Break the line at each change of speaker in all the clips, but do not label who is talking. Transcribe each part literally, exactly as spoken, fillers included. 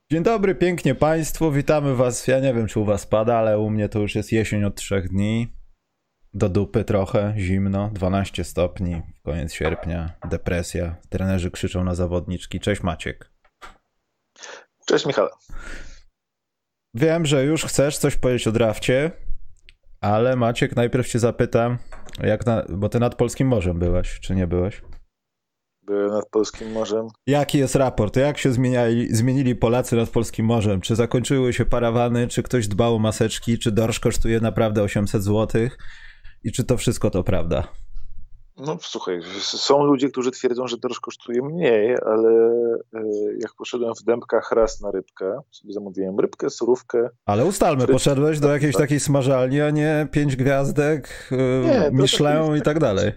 Dzień dobry, pięknie Państwu, witamy Was. Ja nie wiem, czy u Was pada, ale u mnie to już jest jesień od trzech dni. Do dupy trochę, zimno, dwanaście stopni, koniec sierpnia, depresja. Trenerzy krzyczą na zawodniczki. Cześć Maciek.
Cześć Michał.
Wiem, że już chcesz coś powiedzieć o drafcie, ale Maciek, najpierw Cię zapytam, jak na, bo Ty nad Polskim Morzem byłeś, czy nie byłeś?
Byłem nad Polskim Morzem.
Jaki jest raport? Jak się zmieniali, zmienili Polacy nad Polskim Morzem? Czy zakończyły się parawany? Czy ktoś dbał o maseczki? Czy dorsz kosztuje naprawdę osiemset złotych? I czy to wszystko to prawda?
No słuchaj, są ludzie, którzy twierdzą, że dorsz kosztuje mniej, ale jak poszedłem w Dębkach raz na rybkę, sobie zamówiłem rybkę, surówkę.
Ale ustalmy, frytki, poszedłeś do jakiejś tak. takiej smażalni, a nie pięć gwiazdek, nie, Michelin i tak dalej.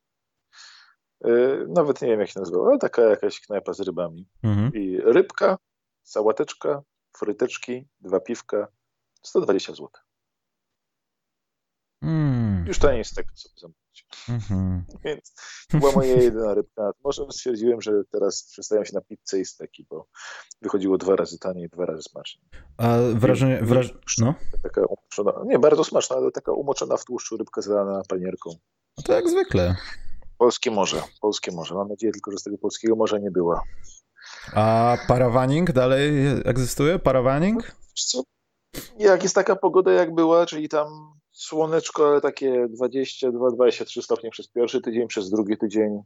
Nawet nie wiem, jak się nazywa, ale taka jakaś knajpa z rybami. Mhm. I rybka, sałateczka, fryteczki, dwa piwka, sto dwadzieścia złotych. Mm. Już taniej z tego sobie zamówić. Mm-hmm. Więc to była moja jedyna rybka. Może stwierdziłem, że teraz przestaję się na pizzę i steki, bo wychodziło dwa razy taniej, dwa razy smaczniej.
A wrażenie... Wraż... No?
Taka umoczona, nie, bardzo smaczna, ale taka umoczona w tłuszczu rybka zalana panierką.
No to jak zwykle.
Polskie morze, polskie morze. Mam nadzieję tylko, że z tego polskiego morza nie była. A
parawaning dalej egzystuje? Parawaning?
Co? Jak jest taka pogoda, jak była, czyli tam słoneczko, ale takie dwadzieścia dwa dwadzieścia trzy stopnie przez pierwszy tydzień, przez drugi tydzień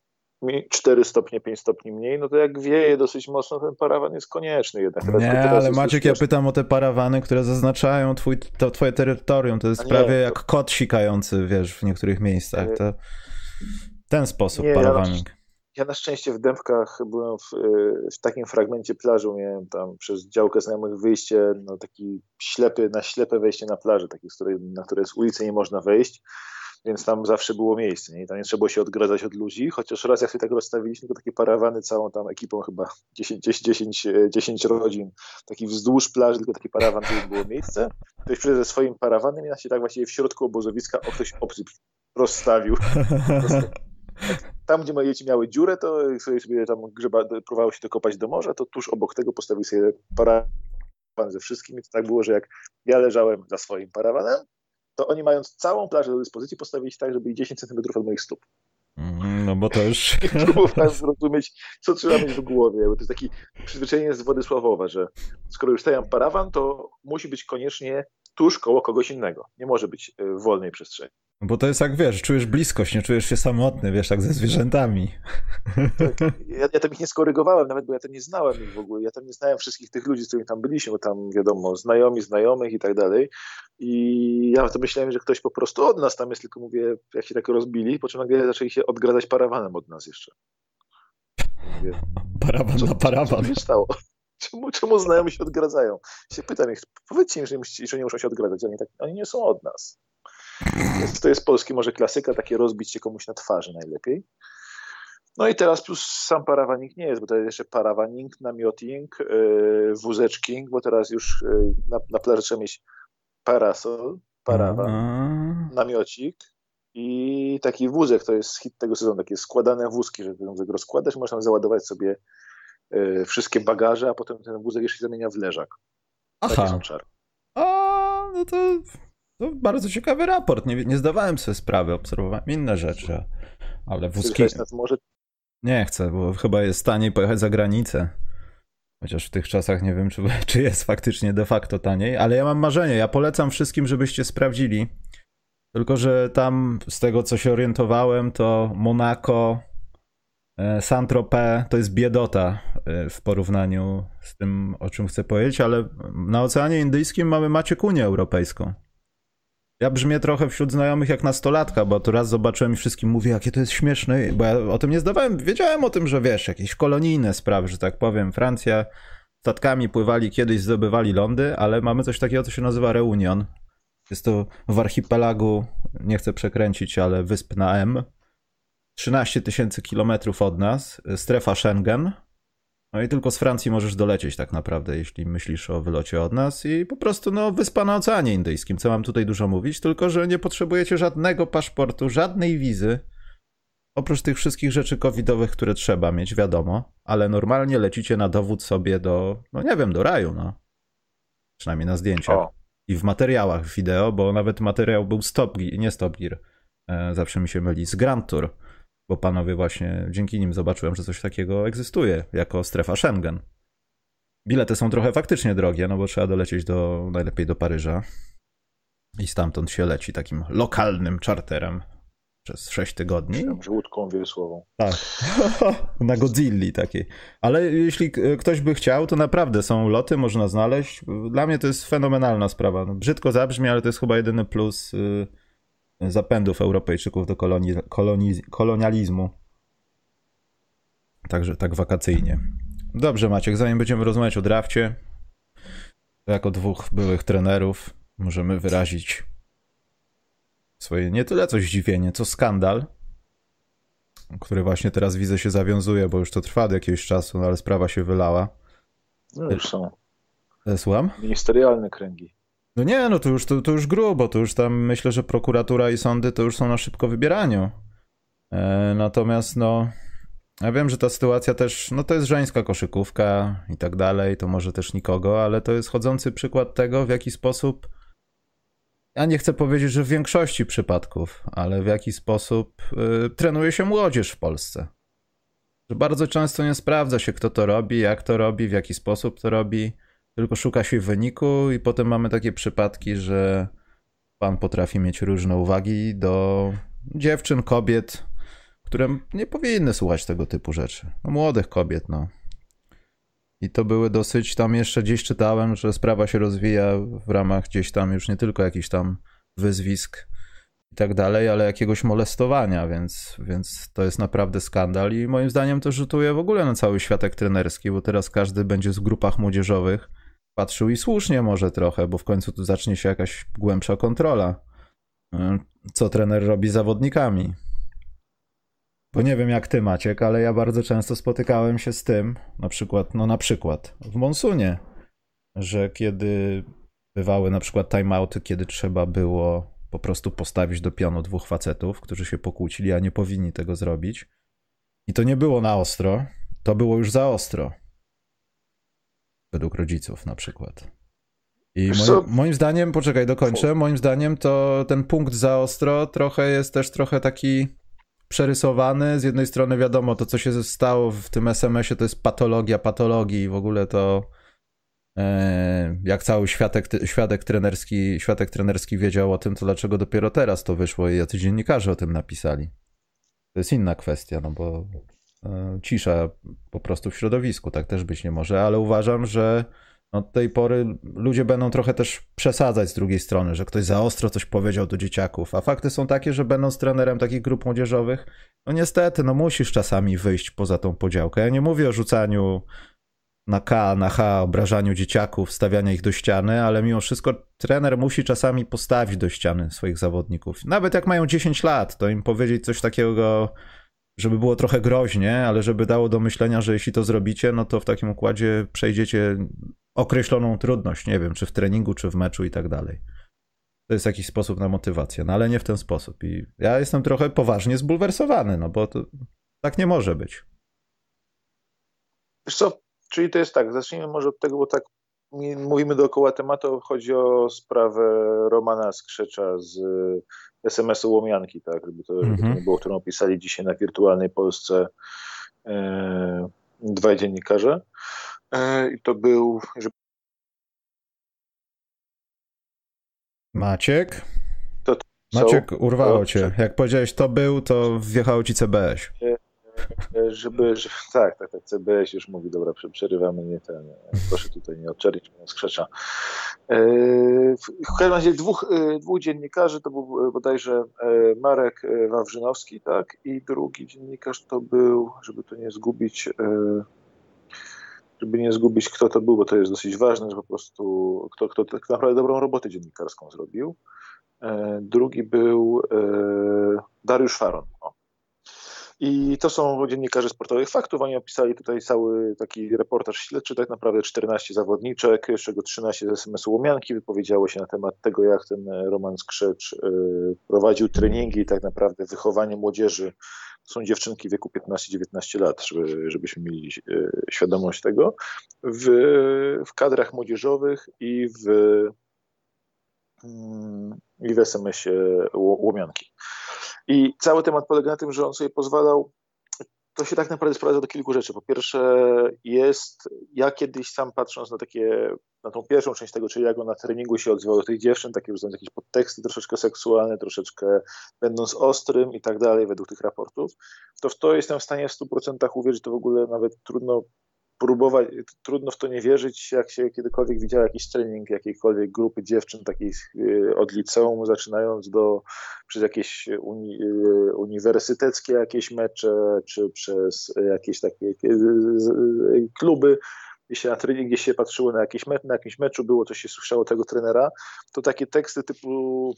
cztery stopnie, pięć stopni mniej, no to jak wieje dosyć mocno, ten parawan jest konieczny jednak.
Teraz, nie, teraz ale Maciek, ja pytam o te parawany, które zaznaczają twój, to twoje terytorium. To jest nie, prawie to... jak kot sikający, wiesz, w niektórych miejscach. To w ten sposób nie, parawaning.
Ja na, ja na szczęście w Dębkach byłem w, w takim fragmencie plaży, miałem tam przez działkę znajomych wyjście, no taki ślepy, na ślepe wejście na plażę, takie, z której, na które z ulicy nie można wejść. Więc tam zawsze było miejsce, nie? I tam nie trzeba było się odgradzać od ludzi, chociaż raz jak sobie tak rozstawiliśmy, to takie parawany całą tam ekipą chyba dziesięć, dziesięć, dziesięć rodzin, taki wzdłuż plaży, tylko taki parawan, gdzie było miejsce. Ktoś przyszedł ze swoim parawanem i nas się tak właściwie w środku obozowiska o ktoś obcy rozstawił. Tam, gdzie moje dzieci miały dziurę, to sobie, sobie tam grzeba, próbowało się dokopać do morza, to tuż obok tego postawił sobie parawan ze wszystkim i to tak było, że jak ja leżałem za swoim parawanem, to oni mając całą plażę do dyspozycji postawili się tak, żeby dziesięć centymetrów od moich stóp.
No bo to już...
I próbowałem zrozumieć, co trzeba mieć w głowie, bo to jest takie przyzwyczajenie z Władysławowa, że skoro już stawiam parawan, to musi być koniecznie tuż koło kogoś innego. Nie może być w wolnej przestrzeni.
Bo to jest jak, wiesz, czujesz bliskość, nie czujesz się samotny, wiesz, jak ze zwierzętami.
Tak, ja, ja tam ich nie skorygowałem nawet, bo ja tam nie znałem ich w ogóle. Ja tam nie znałem wszystkich tych ludzi, z którymi tam byliśmy, bo tam wiadomo, znajomi, znajomych i tak dalej. I ja to myślałem, że ktoś po prostu od nas tam jest, tylko mówię, jak się tak rozbili, po czym nagle zaczęli się odgradzać parawanem od nas jeszcze.
Mówię, parawan co, na parawan.
Co się stało? Czemu, czemu znajomi się odgradzają? Się pytam ich, powiedzcie im, że, że nie muszą się odgradzać, oni, tak, oni nie są od nas. Więc to jest polski może klasyka, takie rozbić się komuś na twarzy najlepiej. No i teraz plus sam parawaning nie jest, bo to jest jeszcze parawaning, namioting, yy, wózeczking, bo teraz już yy, na, na plaży trzeba mieć parasol, parawan, mm. namiocik i taki wózek, to jest hit tego sezonu, takie składane wózki, żeby ten wózek rozkładać, można załadować sobie yy, wszystkie bagaże, a potem ten wózek jeszcze zamienia w leżak.
Aha.
Takie są czary.
O, no to... To bardzo ciekawy raport. Nie, nie zdawałem sobie sprawy, obserwowałem inne rzeczy, ale wózki...
Może...
Nie chcę, bo chyba jest taniej pojechać za granicę. Chociaż w tych czasach nie wiem, czy, czy jest faktycznie de facto taniej, ale ja mam marzenie. Ja polecam wszystkim, żebyście sprawdzili. Tylko że tam z tego, co się orientowałem, to Monako, Saint-Tropez to jest biedota w porównaniu z tym, o czym chcę powiedzieć, ale na Oceanie Indyjskim mamy Maciek Unię Europejską. Ja brzmię trochę wśród znajomych jak nastolatka, bo tu raz zobaczyłem i wszystkim mówię, jakie to jest śmieszne, bo ja o tym nie zdawałem, wiedziałem o tym, że wiesz, jakieś kolonijne sprawy, że tak powiem, Francja statkami pływali, kiedyś zdobywali lądy, ale mamy coś takiego, co się nazywa Reunion. Jest to w archipelagu, nie chcę przekręcić, ale wysp na M, trzynaście tysięcy kilometrów od nas, strefa Schengen. No i tylko z Francji możesz dolecieć tak naprawdę, jeśli myślisz o wylocie od nas i po prostu no wyspa na Oceanie Indyjskim, co mam tutaj dużo mówić, tylko że nie potrzebujecie żadnego paszportu, żadnej wizy. Oprócz tych wszystkich rzeczy covidowych, które trzeba mieć, wiadomo, ale normalnie lecicie na dowód sobie do, no nie wiem, do raju, no. Przynajmniej na zdjęciach.
O.
I w materiałach wideo, bo nawet materiał był z Top Gear, nie z Top Gear, e, zawsze mi się myli, z Grand Tour, bo panowie właśnie, dzięki nim zobaczyłem, że coś takiego egzystuje, jako strefa Schengen. Bilety są trochę faktycznie drogie, no bo trzeba dolecieć do, najlepiej do Paryża i stamtąd się leci takim lokalnym czarterem przez sześć tygodni.
Myślałem, że łódką wiosłową.
Tak, na Godzilli takiej. Ale jeśli ktoś by chciał, to naprawdę są loty, można znaleźć. Dla mnie to jest fenomenalna sprawa. No, brzydko zabrzmi, ale to jest chyba jedyny plus y, zapędów Europejczyków do koloni, koloni, kolonializmu. Także tak wakacyjnie. Dobrze, Maciek, zanim będziemy rozmawiać o drafcie, to jako dwóch byłych trenerów możemy wyrazić swoje nie tyle co zdziwienie, co skandal, który właśnie teraz widzę się zawiązuje, bo już to trwa od jakiegoś czasu, no ale sprawa się wylała.
No już są
Słucham?
ministerialne kręgi.
No nie, no to już, to, to już grubo, to już tam myślę, że prokuratura i sądy to już są na szybko wybieraniu. E, natomiast no, ja wiem, że ta sytuacja też, no to jest żeńska koszykówka i tak dalej, to może też nikogo, ale to jest chodzący przykład tego, w jaki sposób, ja nie chcę powiedzieć, że w większości przypadków, ale w jaki sposób y, trenuje się młodzież w Polsce. Że bardzo często nie sprawdza się, kto to robi, jak to robi, w jaki sposób to robi, tylko szuka się wyniku i potem mamy takie przypadki, że pan potrafi mieć różne uwagi do dziewczyn, kobiet, które nie powinny słuchać tego typu rzeczy. No, młodych kobiet, no. I to były dosyć, tam jeszcze gdzieś czytałem, że sprawa się rozwija w ramach gdzieś tam już nie tylko jakichś tam wyzwisk i tak dalej, ale jakiegoś molestowania, więc, więc to jest naprawdę skandal i moim zdaniem to rzutuje w ogóle na cały światek trenerski, bo teraz każdy będzie w grupach młodzieżowych patrzył i słusznie może trochę, bo w końcu tu zacznie się jakaś głębsza kontrola, co trener robi z zawodnikami. Bo nie wiem jak ty, Maciek, ale ja bardzo często spotykałem się z tym, na przykład, no na przykład w Monsunie, że kiedy bywały na przykład timeouty, kiedy trzeba było po prostu postawić do pionu dwóch facetów, którzy się pokłócili, a nie powinni tego zrobić. I to nie było na ostro, to było już za ostro. Według rodziców na przykład. I moim, moim zdaniem, poczekaj, dokończę, moim zdaniem to ten punkt za ostro trochę jest też trochę taki przerysowany. Z jednej strony wiadomo, to co się stało w tym es em esie to jest patologia patologii i w ogóle to e, jak cały światek, świadek trenerski, światek trenerski wiedział o tym, to dlaczego dopiero teraz to wyszło i jacyś dziennikarze o tym napisali. To jest inna kwestia, no bo e, cisza po prostu w środowisku, tak też być nie może, ale uważam, że od tej pory ludzie będą trochę też przesadzać z drugiej strony, że ktoś za ostro coś powiedział do dzieciaków, a fakty są takie, że będąc trenerem takich grup młodzieżowych, no niestety, no musisz czasami wyjść poza tą podziałkę. Ja nie mówię o rzucaniu na K, na H, obrażaniu dzieciaków, stawiania ich do ściany, ale mimo wszystko trener musi czasami postawić do ściany swoich zawodników. Nawet jak mają dziesięć lat, to im powiedzieć coś takiego, żeby było trochę groźnie, ale żeby dało do myślenia, że jeśli to zrobicie, no to w takim układzie przejdziecie określoną trudność, nie wiem, czy w treningu, czy w meczu i tak dalej. To jest jakiś sposób na motywację, no ale nie w ten sposób. I ja jestem trochę poważnie zbulwersowany, no bo to tak nie może być.
Wiesz co, czyli to jest tak, zacznijmy może od tego, bo tak mówimy dookoła tematu, chodzi o sprawę Romana Skrzecza z es em esu Łomianki, tak, żeby to, żeby to nie było, którą opisali dzisiaj na Wirtualnej Polsce e, dwaj dziennikarze. E, I to był... Żeby...
Maciek?
To, to,
Maciek, urwało
to,
cię. Jak powiedziałeś to był, to wjechało ci C B S.
Żeby, żeby, tak, tak, tak, C B S już mówi, dobra, przerywamy, nie ten, proszę tutaj nie odczernić mnie Skrzecza. W każdym razie dwóch, dwóch dziennikarzy, to był bodajże Marek Wawrzynowski, tak, i drugi dziennikarz to był, żeby to nie zgubić, żeby nie zgubić, kto to był, bo to jest dosyć ważne, że po prostu kto, kto tak naprawdę dobrą robotę dziennikarską zrobił. Drugi był Dariusz Faron. O. I to są dziennikarze sportowych faktów. Oni opisali tutaj cały taki reportaż śledczy, tak naprawdę czternaście zawodniczek, z czego trzynaście z es em esu Łomianki wypowiedziało się na temat tego, jak ten Roman Skrzecz prowadził treningi i tak naprawdę wychowanie młodzieży są dziewczynki w wieku piętnaście dziewiętnaście lat, żeby, żebyśmy mieli świadomość tego, w, w kadrach młodzieżowych i w, i w es em esie Łomianki. I cały temat polega na tym, że on sobie pozwalał, to się tak naprawdę sprowadza do kilku rzeczy. Po pierwsze jest, ja kiedyś sam patrząc na takie, na tą pierwszą część tego, czyli jak on na treningu się odzywał do tych dziewczyn, takie rzucając jakieś podteksty troszeczkę seksualne, troszeczkę będąc ostrym i tak dalej według tych raportów, to w to jestem w stanie w stu procentach uwierzyć, to w ogóle nawet trudno próbować, trudno w to nie wierzyć, jak się kiedykolwiek widział jakiś trening jakiejkolwiek grupy dziewczyn, takich od liceum, zaczynając do, przez jakieś uni, uniwersyteckie jakieś mecze, czy przez jakieś takie kluby, gdzie się na trening, gdzie się patrzyło na, jakieś me, na jakimś meczu, było, coś się słyszało tego trenera, to takie teksty typu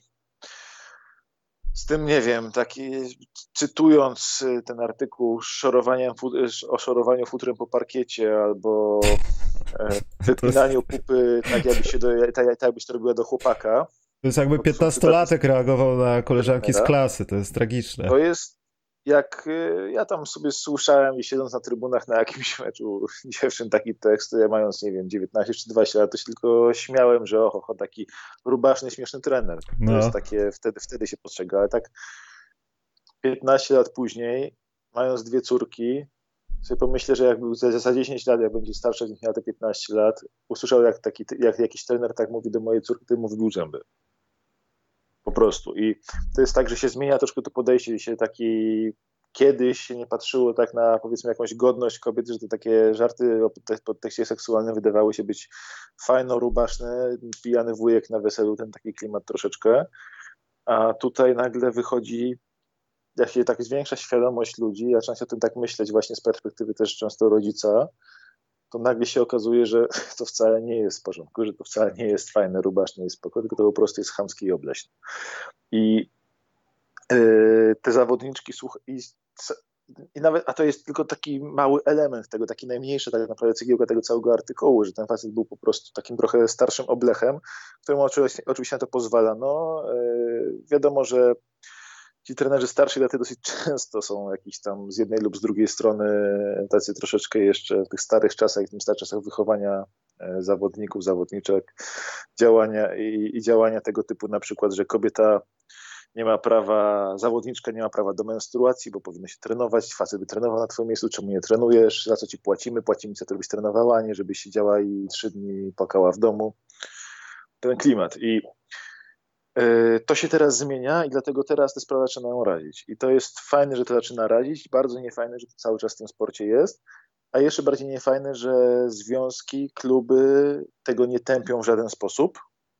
z tym, nie wiem, taki, cytując ten artykuł szorowaniem, o szorowaniu futrem po parkiecie albo wypinaniu pupy tak jakby się do, tak, tak jakbyś to robiła do chłopaka.
To jest jakby piętnastolatek reagował na koleżanki z klasy, to jest tragiczne.
To jest jak ja tam sobie słyszałem i siedząc na trybunach na jakimś meczu dziewczyn taki tekst, ja mając, nie wiem, dziewiętnaście czy dwadzieścia lat, to się tylko śmiałem, że oho, oho taki rubaszny, śmieszny trener. To no. jest takie, wtedy, wtedy się postrzega, ale tak piętnaście lat później, mając dwie córki, sobie pomyślę, że jak był za dziesięć lat, jak będzie starszy, jak miał te piętnaście lat, usłyszał jak, taki, jak jakiś trener tak mówi do mojej córki, to mu wybił zęby. Po prostu. I to jest tak, że się zmienia troszkę to podejście, się taki kiedyś się nie patrzyło tak na, powiedzmy, jakąś godność kobiety, że to takie żarty o podtekście seksualnym wydawały się być fajno rubaszne, pijany wujek na weselu, ten taki klimat troszeczkę, a tutaj nagle wychodzi, jak się tak zwiększa świadomość ludzi, ja często o tym tak myśleć właśnie z perspektywy też często rodzica, to nagle się okazuje, że to wcale nie jest w porządku, że to wcale nie jest fajne, rubaszne i spoko, tylko to po prostu jest chamskie i obleśne. I yy, te zawodniczki słuch i, i nawet, a to jest tylko taki mały element tego, taki najmniejszy tak naprawdę cegiełka tego całego artykułu, że ten facet był po prostu takim trochę starszym oblechem, któremu oczywiście, oczywiście na to pozwala. No yy, wiadomo, że ci trenerzy starsi laty dosyć często są jakiś tam z jednej lub z drugiej strony tacy troszeczkę jeszcze w tych starych czasach, w tych starych czasach wychowania zawodników, zawodniczek, działania i, i działania tego typu, na przykład, że kobieta nie ma prawa, zawodniczka nie ma prawa do menstruacji, bo powinno się trenować, facet by trenował na twoim miejscu, czemu nie trenujesz, za co ci płacimy, płacimy za to, żebyś trenowała, a nie żebyś siedziała i trzy dni płakała w domu. Ten klimat. I to się teraz zmienia i dlatego teraz te sprawy zaczynają radzić. I to jest fajne, że to zaczyna radzić, bardzo niefajne, że to cały czas w tym sporcie jest, a jeszcze bardziej niefajne, że związki, kluby tego nie tępią w żaden sposób,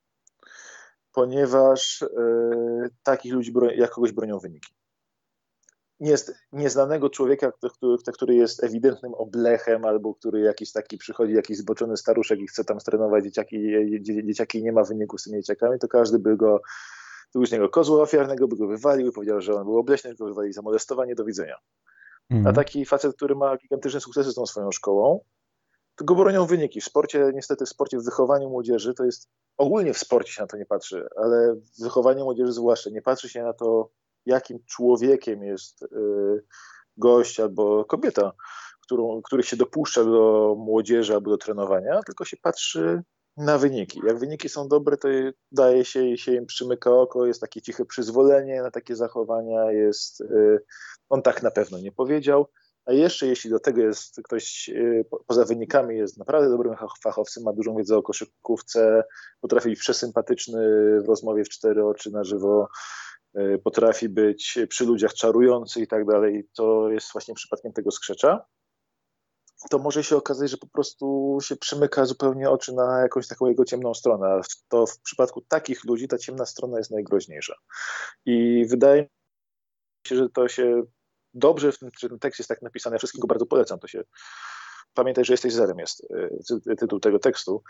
ponieważ y, takich ludzi broń, jak kogoś bronią wyniki. Jest nieznanego człowieka, który, który jest ewidentnym oblechem, albo który jakiś taki przychodzi, jakiś zboczony staruszek i chce tam strenować dzieciaki, dzieciaki i nie ma wyników z tymi dzieciakami, to każdy by go, był z niego kozła ofiarnego, by go wywalił i powiedział, że on był obleśny, że go wywalili za molestowanie, do widzenia. Mhm. A taki facet, który ma gigantyczne sukcesy z tą swoją szkołą, to go bronią wyniki. W sporcie, niestety w sporcie, w wychowaniu młodzieży, to jest, ogólnie w sporcie się na to nie patrzy, ale w wychowaniu młodzieży zwłaszcza, nie patrzy się na to, jakim człowiekiem jest gość albo kobieta, którą, których się dopuszcza do młodzieży albo do trenowania, tylko się patrzy na wyniki. Jak wyniki są dobre, to daje się, się im przymyka oko, jest takie ciche przyzwolenie na takie zachowania, jest, on tak na pewno nie powiedział, a jeszcze jeśli do tego jest ktoś, poza wynikami jest naprawdę dobrym fachowcem, ma dużą wiedzę o koszykówce, potrafi być przesympatyczny w rozmowie w cztery oczy na żywo, potrafi być przy ludziach czarujący i tak dalej, to jest właśnie przypadkiem tego skrzecza, to może się okazać, że po prostu się przymyka zupełnie oczy na jakąś taką jego ciemną stronę, a to w przypadku takich ludzi ta ciemna strona jest najgroźniejsza. I wydaje mi się, że to się dobrze, w tym, że ten tekst jest tak napisany, ja wszystkim go bardzo polecam, to się, pamiętaj, że jesteś zerem, jest tytuł tego tekstu.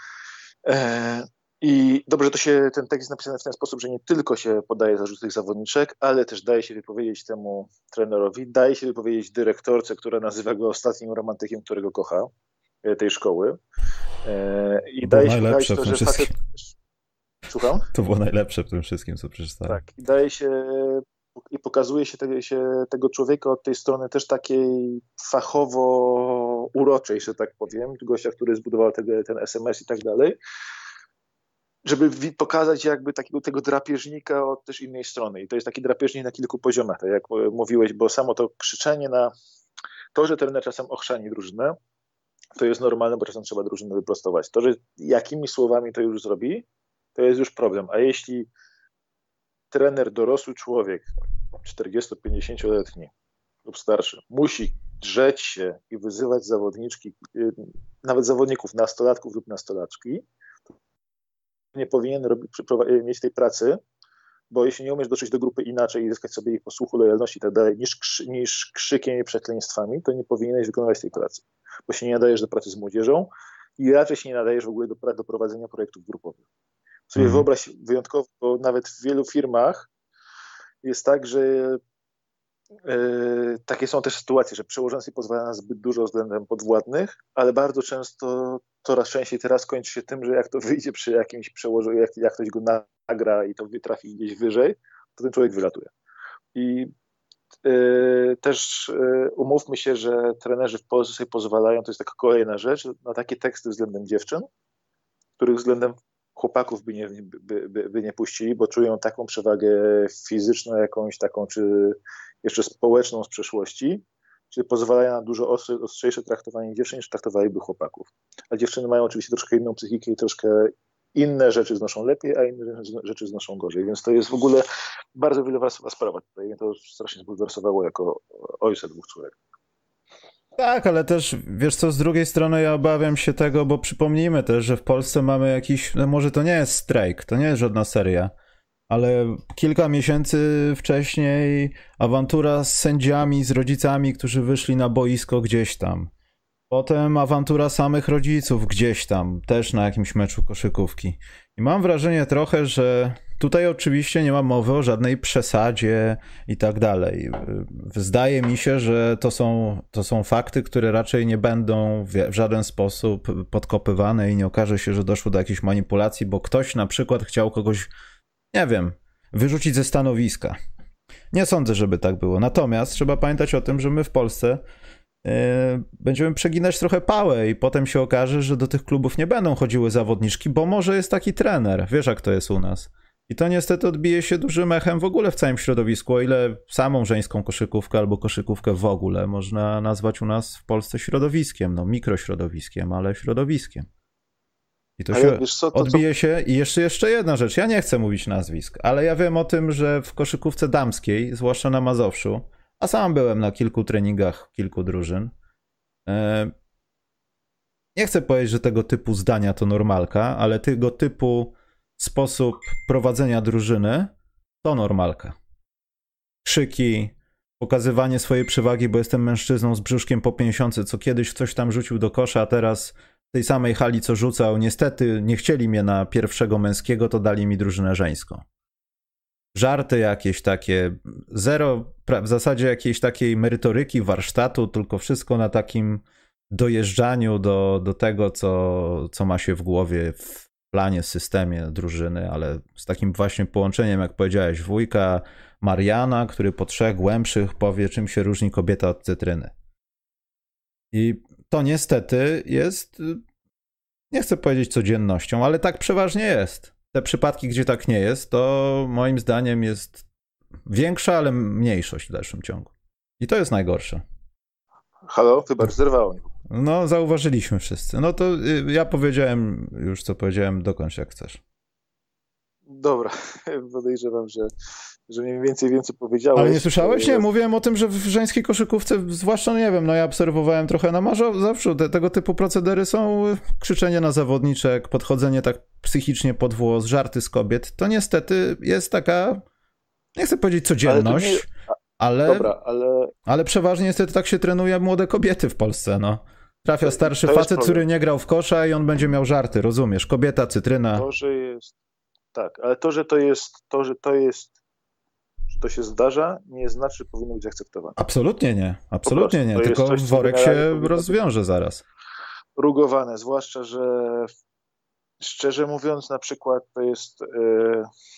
I dobrze, że to się, ten tekst jest napisany w ten sposób, że nie tylko się podaje zarzuty tych zawodniczek, ale też daje się wypowiedzieć temu trenerowi, daje się wypowiedzieć dyrektorce, która nazywa go ostatnim romantykiem, którego kocha, tej szkoły. I daje się wypowiedzieć to, że facet... Słucham?
To było najlepsze w tym wszystkim, co przeczytałem.
Tak, i daje się i pokazuje się, te, się tego człowieka od tej strony też takiej fachowo uroczej, że tak powiem, gościa, który zbudował tego, ten S M S i tak dalej, żeby pokazać jakby takiego tego drapieżnika od też innej strony. I to jest taki drapieżnik na kilku poziomach, tak jak mówiłeś, bo samo to krzyczenie na to, że trener czasem ochrzani drużynę, to jest normalne, bo czasem trzeba drużynę wyprostować. To, że jakimi słowami to już zrobi, to jest już problem. A jeśli trener, dorosły człowiek, czterdziesto-pięćdziesięcioletni lub starszy, musi drzeć się i wyzywać zawodniczki, nawet zawodników, nastolatków lub nastolatki, nie powinien robić, mieć tej pracy, bo jeśli nie umiesz dotrzeć do grupy inaczej i zyskać sobie ich posłuchu, lojalności i tak dalej, niż, krzy, niż krzykiem i przekleństwami, to nie powinieneś wykonywać tej pracy, bo się nie nadajesz do pracy z młodzieżą i raczej się nie nadajesz w ogóle do, do prowadzenia projektów grupowych. Sobie mm. wyobraź wyjątkowo, bo nawet w wielu firmach jest tak, że yy, takie są też sytuacje, że przełożenie pozwala na zbyt dużo względem podwładnych, ale bardzo często, coraz częściej teraz kończy się tym, że jak to wyjdzie przy jakimś przełożeniu, jak, jak ktoś go nagra i to trafi gdzieś wyżej, to ten człowiek wylatuje. I yy, też yy, umówmy się, że trenerzy w Polsce sobie pozwalają, to jest taka kolejna rzecz, na takie teksty względem dziewczyn, których względem chłopaków by nie, by, by, by nie puścili, bo czują taką przewagę fizyczną, jakąś taką, czy jeszcze społeczną z przeszłości, czyli pozwalają na dużo ostry, ostrzejsze traktowanie dziewczyn, niż traktowaliby chłopaków. A dziewczyny mają oczywiście troszkę inną psychikę i troszkę inne rzeczy znoszą lepiej, a inne rzeczy znoszą gorzej. Więc to jest w ogóle bardzo wielowarstwowa sprawa. Tutaj mnie to strasznie zbulwersowało jako ojca dwóch córek.
Tak, ale też, wiesz co, z drugiej strony ja obawiam się tego, bo przypomnijmy też, że w Polsce mamy jakiś, no może to nie jest strajk, to nie jest żadna seria, ale kilka miesięcy wcześniej awantura z sędziami, z rodzicami, którzy wyszli na boisko gdzieś tam. Potem awantura samych rodziców gdzieś tam, też na jakimś meczu koszykówki. I mam wrażenie trochę, że tutaj oczywiście nie ma mowy o żadnej przesadzie i tak dalej. Zdaje mi się, że to są, to są fakty, które raczej nie będą w żaden sposób podkopywane i nie okaże się, że doszło do jakiejś manipulacji, bo ktoś na przykład chciał kogoś, nie wiem, wyrzucić ze stanowiska. Nie sądzę, żeby tak było. Natomiast trzeba pamiętać o tym, że my w Polsce yy, będziemy przeginać trochę pałę i potem się okaże, że do tych klubów nie będą chodziły zawodniczki, bo może jest taki trener. Wiesz, jak to jest u nas. I to niestety odbije się dużym echem w ogóle w całym środowisku, o ile samą żeńską koszykówkę albo koszykówkę w ogóle można nazwać u nas w Polsce środowiskiem, no mikrośrodowiskiem, ale środowiskiem. I to się co, to odbije co... się. I jeszcze, jeszcze jedna rzecz, ja nie chcę mówić nazwisk, ale ja wiem o tym, że w koszykówce damskiej, zwłaszcza na Mazowszu, a sam byłem na kilku treningach kilku drużyn, nie chcę powiedzieć, że tego typu zdania to normalka, ale tego typu sposób prowadzenia drużyny to normalka. Krzyki, pokazywanie swojej przewagi, bo jestem mężczyzną z brzuszkiem po pięćdziesiątce, co kiedyś ktoś tam rzucił do kosza, a teraz w tej samej hali co rzucał, niestety nie chcieli mnie na pierwszego męskiego, to dali mi drużynę żeńską. Żarty jakieś takie, zero w zasadzie jakiejś takiej merytoryki, warsztatu, tylko wszystko na takim dojeżdżaniu do, do tego, co, co ma się w głowie w planie, systemie drużyny, ale z takim właśnie połączeniem, jak powiedziałeś, wujka Mariana, który po trzech głębszych powie, czym się różni kobieta od cytryny. I to niestety jest, nie chcę powiedzieć codziennością, ale tak przeważnie jest. Te przypadki, gdzie tak nie jest, to moim zdaniem jest większa, ale mniejszość w dalszym ciągu. I to jest najgorsze.
Halo? Chyba zerwało.
No, zauważyliśmy wszyscy. No to ja powiedziałem już, co powiedziałem, dokończ jak chcesz.
Dobra, podejrzewam, że, że mniej więcej więcej powiedziałeś.
Ale nie słyszałeś? Nie, mówiłem o tym, że w żeńskiej koszykówce, zwłaszcza, nie wiem, no ja obserwowałem trochę na Mazowszu, te, tego typu procedery są krzyczenie na zawodniczek, podchodzenie tak psychicznie pod włos, żarty z kobiet. To niestety jest taka, nie chcę powiedzieć codzienność, ale, nie... ale,
Dobra, ale...
ale przeważnie niestety tak się trenuje młode kobiety w Polsce, no. Trafia starszy facet, który nie grał w kosza i on będzie miał żarty, rozumiesz? Kobieta, cytryna.
To, że jest... Tak, ale to, że to jest, to, że to jest, że to się zdarza, nie znaczy, że powinno być akceptowane.
Absolutnie nie, absolutnie nie, tylko coś, worek się rozwiąże zaraz.
Rugowane, zwłaszcza, że szczerze mówiąc, na przykład to jest, yy,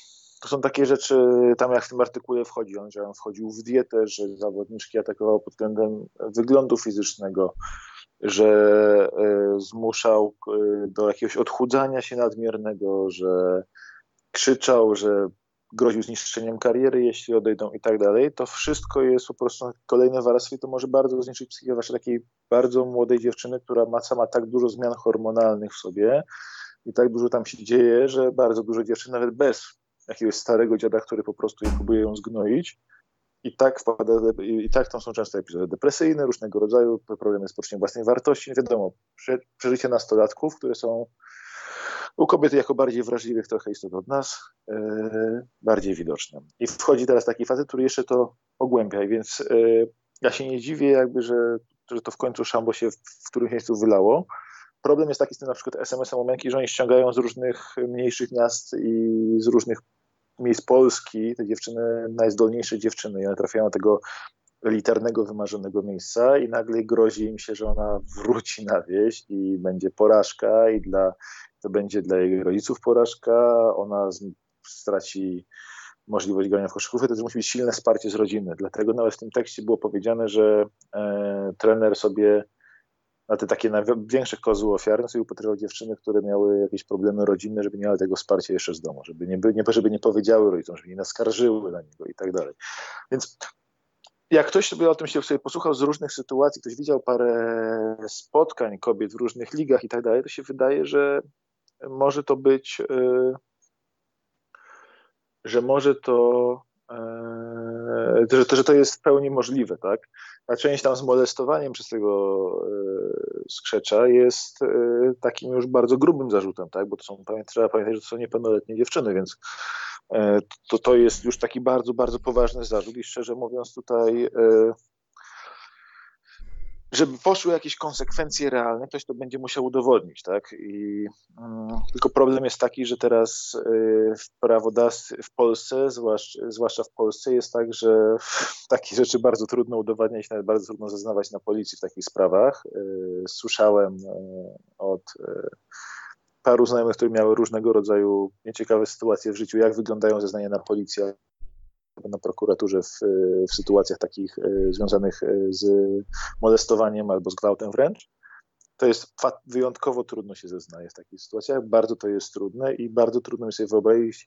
to są takie rzeczy, tam jak w tym artykule wchodzi, on, że on wchodził w dietę, że zawodniczki atakował pod względem wyglądu fizycznego, że y, zmuszał y, do jakiegoś odchudzania się nadmiernego, że krzyczał, że groził zniszczeniem kariery, jeśli odejdą i tak dalej. To wszystko jest po prostu kolejne warstwy i to może bardzo zniszczyć psychikę zwłaszcza takiej bardzo młodej dziewczyny, która ma sama tak dużo zmian hormonalnych w sobie i tak dużo tam się dzieje, że bardzo dużo dziewczyn nawet bez jakiegoś starego dziada, który po prostu próbuje ją zgnoić, i tak wpada, i tak tam są często epizody depresyjne, różnego rodzaju, problemy z poczuciem własnej wartości. Wiadomo, przeżycie nastolatków, które są u kobiet jako bardziej wrażliwych trochę istot od nas, yy, bardziej widoczne. I wchodzi teraz taki facet, który jeszcze to pogłębia, więc yy, ja się nie dziwię jakby, że, że to w końcu szambo się w, w którymś miejscu wylało. Problem jest taki z tym na przykład es em esem Momenki, że oni ściągają z różnych mniejszych miast i z różnych miejsc Polski te dziewczyny, najzdolniejsze dziewczyny, i one trafiają do tego elitarnego, wymarzonego miejsca i nagle grozi im się, że ona wróci na wieś i będzie porażka i dla, to będzie dla jej rodziców porażka, ona z, straci możliwość grania w koszykówkę, to też musi być silne wsparcie z rodziny. Dlatego nawet w tym tekście było powiedziane, że e, trener sobie na te takie największe kozły ofiarne sobie upatrywał dziewczyny, które miały jakieś problemy rodzinne, żeby nie miały tego wsparcia jeszcze z domu, żeby nie, nie, żeby nie powiedziały rodzicom, żeby nie naskarżyły na niego i tak dalej. Więc jak ktoś sobie o tym się sobie posłuchał z różnych sytuacji, ktoś widział parę spotkań kobiet w różnych ligach i tak dalej, to się wydaje, że może to być, że może to, że to, że to jest w pełni możliwe, tak? A część tam z molestowaniem przez tego skrzecza jest takim już bardzo grubym zarzutem, tak? Bo to są, trzeba pamiętać, że to są niepełnoletnie dziewczyny, więc to, to jest już taki bardzo, bardzo poważny zarzut i szczerze mówiąc tutaj, żeby poszły jakieś konsekwencje realne, ktoś to będzie musiał udowodnić, tak? I, um, tylko problem jest taki, że teraz y, w prawodawstwie w Polsce, zwłaszcza, zwłaszcza w Polsce, jest tak, że takie rzeczy bardzo trudno udowadniać, nawet bardzo trudno zeznawać na policji w takich sprawach. Y, słyszałem y, od y, paru znajomych, które miały różnego rodzaju nieciekawe sytuacje w życiu, jak wyglądają zeznania na policję, na prokuraturze w, w sytuacjach takich y, związanych z molestowaniem albo z gwałtem wręcz. To jest wyjątkowo trudno się zeznaje w takich sytuacjach. Bardzo to jest trudne i bardzo trudno mi sobie wyobrazić,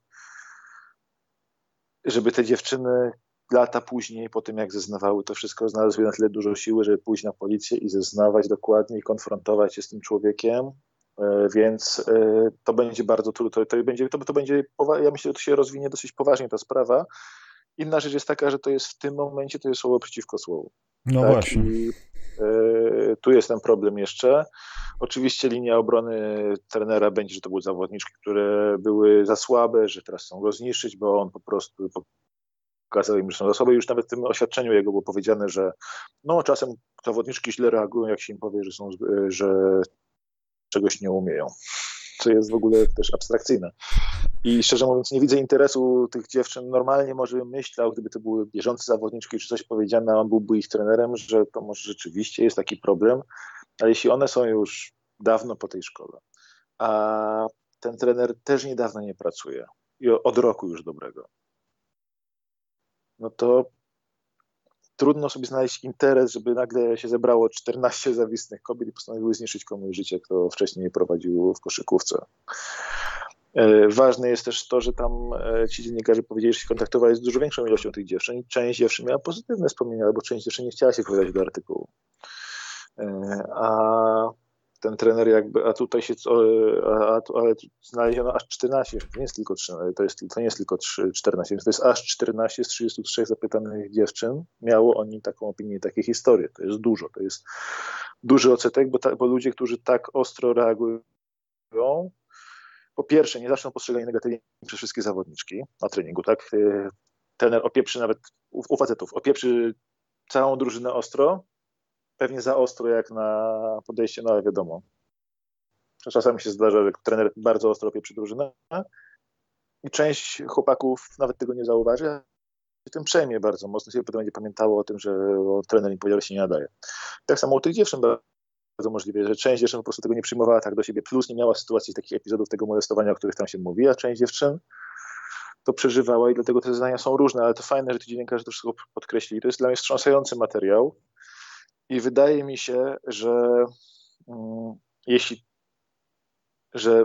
żeby te dziewczyny lata później, po tym jak zeznawały to wszystko, znalazły na tyle dużo siły, żeby pójść na policję i zeznawać dokładnie i konfrontować się z tym człowiekiem. Więc to będzie bardzo trudno. To, to, będzie, to, to będzie, ja myślę, że to się rozwinie dosyć poważnie ta sprawa. Inna rzecz jest taka, że to jest w tym momencie to jest słowo przeciwko słowu.
No
tak?
właśnie.
I, y, tu jest ten problem jeszcze. Oczywiście linia obrony trenera będzie, że to były zawodniczki, które były za słabe, że teraz chcą go zniszczyć, bo on po prostu pokazał im, że są za słabe. Już nawet w tym oświadczeniu jego było powiedziane, że no czasem zawodniczki źle reagują, jak się im powie, że, są, że czegoś nie umieją. Co jest w ogóle też abstrakcyjne. I szczerze mówiąc nie widzę interesu tych dziewczyn. Normalnie może bym myślał, gdyby to były bieżące zawodniczki czy coś powiedziane, a on byłby ich trenerem, że to może rzeczywiście jest taki problem, ale jeśli one są już dawno po tej szkole, a ten trener też niedawno nie pracuje i od roku już dobrego, no to trudno sobie znaleźć interes, żeby nagle się zebrało czternaście zawistnych kobiet i postanowiły zniszczyć komuś życie, kto wcześniej je prowadził w koszykówce. Ważne jest też to, że tam ci dziennikarze powiedzieli, że się kontaktowali z dużo większą ilością tych dziewczyn. Część dziewczyn miała pozytywne wspomnienia, albo część dziewczyn nie chciała się wkładać do artykułu. A ten trener jakby, a tutaj się, a, ale znaleziono aż czternaście, to nie jest tylko trzynaście, to, jest, to nie jest tylko czternaście, to jest aż czternaście z trzydziestu trzech zapytanych dziewczyn miało o nim taką opinię, takie historie. To jest dużo, to jest duży odsetek, bo, ta, bo ludzie, którzy tak ostro reagują, po pierwsze, nie zaczną postrzegani negatywnie przez wszystkie zawodniczki na treningu, tak? Trener opieprzy nawet u, u facetów, opieprzy całą drużynę ostro, pewnie za ostro jak na podejście, no ale wiadomo. Czasami się zdarza, że trener bardzo ostro opieprzy drużynę i część chłopaków nawet tego nie zauważy, a się tym przejmie bardzo mocno, sobie potem będzie pamiętało o tym, że o, trener im powiedział, że się nie nadaje. Tak samo u tych dziewczyn bardzo możliwe, że część dziewczyn po prostu tego nie przyjmowała tak do siebie, plus nie miała sytuacji takich epizodów tego molestowania, o których tam się mówi, a część dziewczyn to przeżywała i dlatego te zeznania są różne, ale to fajne, że ci dziennikarze to wszystko podkreślili. To jest dla mnie wstrząsający materiał i wydaje mi się, że um, jeśli, że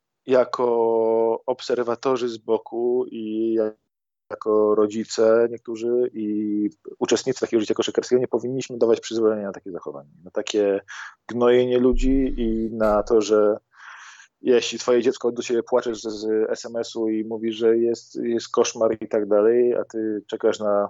jako obserwatorzy z boku i jako rodzice niektórzy i uczestnicy takiego życia koszykarskiego nie powinniśmy dawać przyzwolenia na takie zachowanie, na takie gnojenie ludzi i na to, że jeśli twoje dziecko do ciebie płacze z, z es em esu i mówi, że jest, jest koszmar i tak dalej, a ty czekasz na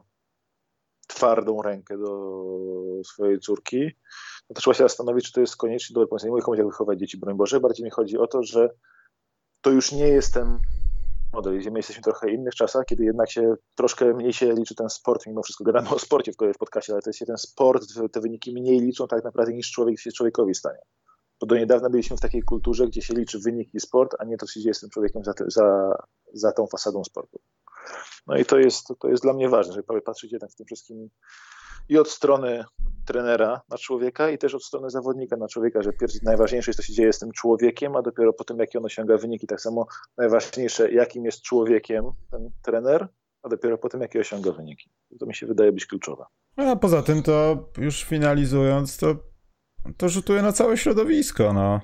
twardą rękę do swojej córki, no to trzeba się zastanowić, czy to jest koniecznie dobre pomysł. Nie mówię komuś, jak wychować dzieci, broń Boże. Bardziej mi chodzi o to, że to już nie jest ten model. My jesteśmy w trochę innych czasach, kiedy jednak się troszkę mniej się liczy ten sport, mimo wszystko gadamy o sporcie w podcastie, ale to jest ten sport, te wyniki mniej liczą tak naprawdę niż człowiek się człowiekowi stanie. Bo do niedawna byliśmy w takiej kulturze, gdzie się liczy wynik i sport, a nie to, co się dzieje z tym człowiekiem za, te, za, za tą fasadą sportu. No i to jest, to jest dla mnie ważne, żeby patrzeć jednak w tym wszystkim i od strony trenera na człowieka i też od strony zawodnika na człowieka, że pierwszy, najważniejsze jest, co się dzieje z tym człowiekiem, a dopiero po tym, jakie on osiąga wyniki. Tak samo najważniejsze, jakim jest człowiekiem ten trener, a dopiero po tym, jakie osiąga wyniki. To mi się wydaje być kluczowe.
A poza tym to już finalizując, to, to rzutuje na całe środowisko, no.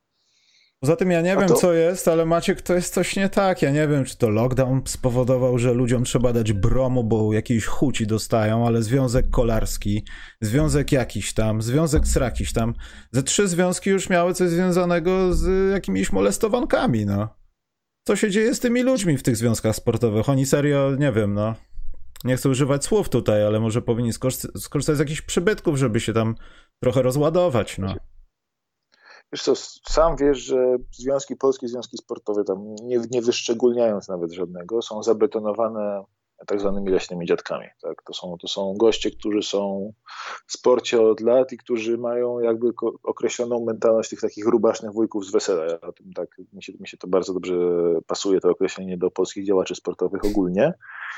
Poza tym ja nie wiem,
to...
co jest, ale Maciek, to jest coś nie tak. Ja nie wiem, czy to lockdown spowodował, że ludziom trzeba dać bromu, bo jakiejś chuci dostają, ale związek kolarski, związek jakiś tam, związek srakiś tam. Ze trzy związki już miały coś związanego z jakimiś molestowankami, no. Co się dzieje z tymi ludźmi w tych związkach sportowych? Oni serio, nie wiem, no. Nie chcę używać słów tutaj, ale może powinni skorzystać z jakichś przybytków, żeby się tam trochę rozładować, no.
Wiesz co, sam wiesz, że związki polskie, związki sportowe, tam nie, nie wyszczególniając nawet żadnego, są zabetonowane tak zwanymi leśnymi dziadkami. Tak? To są, to są goście, którzy są w sporcie od lat i którzy mają jakby określoną mentalność tych takich rubasznych wujków z wesela. Ja o tym tak, mi się, mi się to bardzo dobrze pasuje, to określenie do polskich działaczy sportowych ogólnie.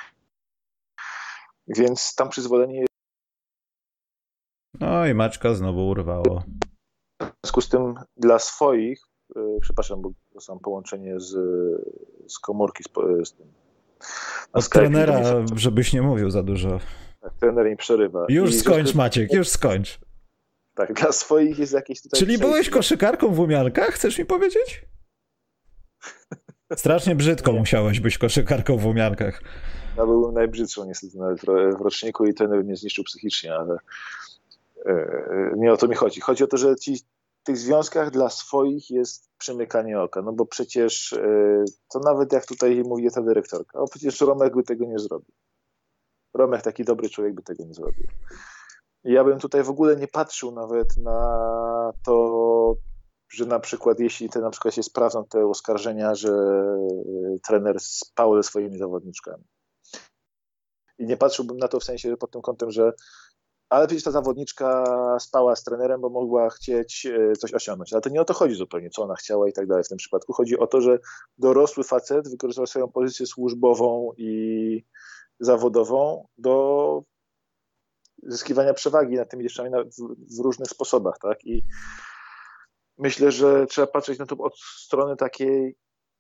Więc tam przyzwolenie jest...
No i Maćka znowu urwało.
W związku z tym dla swoich, yy, przepraszam, bo to sam połączenie z, z komórki z, z tym.
Od trenera, żebyś nie mówił za dużo.
Tak, trener mi przerywa.
Już
I
skończ,
że...
Maciek, już skończ.
Tak, dla swoich jest jakieś tutaj...
Czyli
przejście.
byłeś koszykarką w Łumiankach, chcesz mi powiedzieć? Strasznie brzydko musiałeś być koszykarką w Łumiankach.
Ja byłem najbrzydszą niestety nawet w roczniku i trener mnie zniszczył psychicznie, ale yy, nie o to mi chodzi. Chodzi o to, że ci w tych związkach dla swoich jest przymykanie oka, no bo przecież yy, to nawet jak tutaj mówi ta dyrektorka, o przecież Romek by tego nie zrobił. Romek, taki dobry człowiek, by tego nie zrobił. I ja bym tutaj w ogóle nie patrzył nawet na to, że na przykład jeśli te na przykład się sprawdzą te oskarżenia, że trener spał ze swoimi zawodniczkami. I nie patrzyłbym na to w sensie pod tym kątem, że ale przecież ta zawodniczka spała z trenerem, bo mogła chcieć coś osiągnąć. Ale to nie o to chodzi zupełnie, co ona chciała i tak dalej w tym przypadku. Chodzi o to, że dorosły facet wykorzystał swoją pozycję służbową i zawodową do zyskiwania przewagi nad tymi dziewczynami w, w różnych sposobach, tak? I myślę, że trzeba patrzeć na to od strony takiej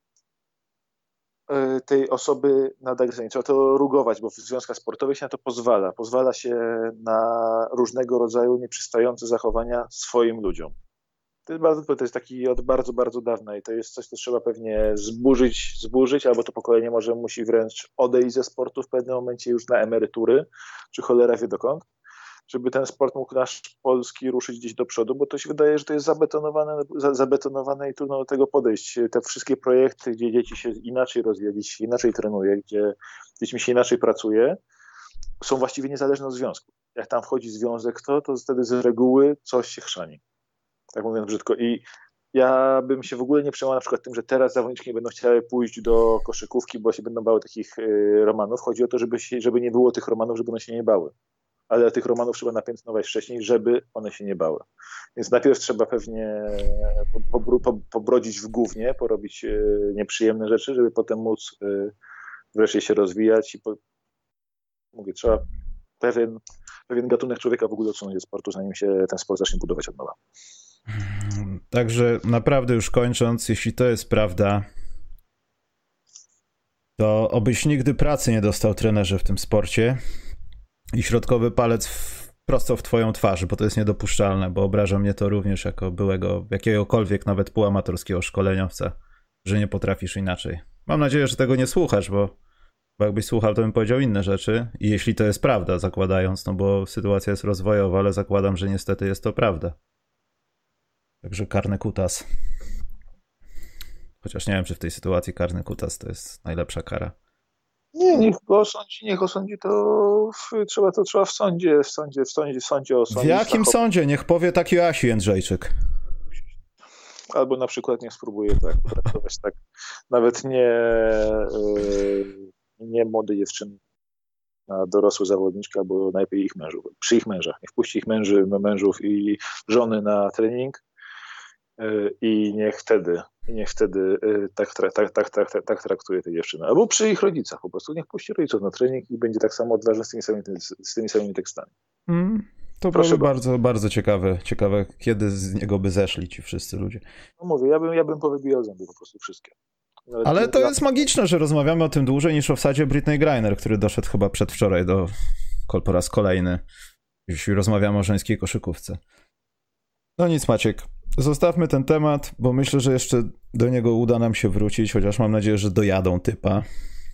tej osoby nadagresywnej. Trzeba to rugować, bo w związkach sportowych się na to pozwala. Pozwala się na różnego rodzaju nieprzystające zachowania swoim ludziom. To jest, bardzo, to jest taki od bardzo, bardzo dawna i to jest coś, co trzeba pewnie zburzyć, zburzyć, albo to pokolenie może musi wręcz odejść ze sportu w pewnym momencie już na emerytury, czy cholera wie dokąd, żeby ten sport mógł nasz polski ruszyć gdzieś do przodu, bo to się wydaje, że to jest zabetonowane, zabetonowane i trudno do tego podejść. Te wszystkie projekty, gdzie dzieci się inaczej rozwija, gdzie się inaczej trenuje, gdzie z dziećmi się inaczej pracuje, są właściwie niezależne od związku. Jak tam wchodzi związek, to, to wtedy z reguły coś się chrzani. Tak mówiąc brzydko. I ja bym się w ogóle nie przejmował na przykład tym, że teraz zawodniczki nie będą chciały pójść do koszykówki, bo się będą bały takich y, romanów. Chodzi o to, żeby, się, żeby nie było tych romanów, żeby one się nie bały. Ale tych romanów trzeba napiętnować wcześniej, żeby one się nie bały. Więc najpierw trzeba pewnie po, po, po, pobrodzić w gównie, porobić y, nieprzyjemne rzeczy, żeby potem móc y, wreszcie się rozwijać. I po, mówię, trzeba pewien, pewien gatunek człowieka w ogóle odsunąć ze sportu, zanim się ten sport zacznie budować od nowa.
Także naprawdę już kończąc, jeśli to jest prawda, to obyś nigdy pracy nie dostał, trenerze, w tym sporcie i środkowy palec w, prosto w twoją twarz, bo to jest niedopuszczalne, bo obraża mnie to również jako byłego, jakiegokolwiek nawet półamatorskiego szkoleniowca, że nie potrafisz inaczej. Mam nadzieję, że tego nie słuchasz, bo, bo jakbyś słuchał, to bym powiedział inne rzeczy i jeśli to jest prawda, zakładając, no bo sytuacja jest rozwojowa, ale zakładam, że niestety jest to prawda. Także karny kutas. Chociaż nie wiem, czy w tej sytuacji karny kutas to jest najlepsza kara.
Nie, niech go osądzi, niech osądzi, to w, trzeba to trzeba w sądzie, w sądzie, w sądzie, w sądzie osądzić.
W jakim sądzie? Niech powie tak Joasi Jędrzejczyk.
Albo na przykład niech spróbuje tak traktować tak nawet nie, yy, nie młode dziewczyny, a dorosłe zawodniczki, albo najlepiej ich mężów, przy ich mężach. Niech puści ich męży, mężów i żony na trening yy, i niech wtedy, i niech wtedy yy, tak, tak, tak, tak, tak, tak traktuje te dziewczyny. Albo przy ich rodzicach po prostu. Niech puści rodziców na trening i będzie tak samo odważny z tymi samymi, z tymi samymi tekstami.
Mm. To byłoby bardzo, bardzo ciekawe, ciekawe, kiedy z niego by zeszli ci wszyscy ludzie.
No mówię, ja bym, ja bym powybijał zęby po prostu wszystkie.
Nawet Ale to jest magiczne, że rozmawiamy o tym dłużej niż o wsadzie Britney Griner, który doszedł chyba przedwczoraj do po raz kolejny, jeśli rozmawiamy o żeńskiej koszykówce. No nic, Maciek, zostawmy ten temat, bo myślę, że jeszcze do niego uda nam się wrócić, chociaż mam nadzieję, że dojadą typa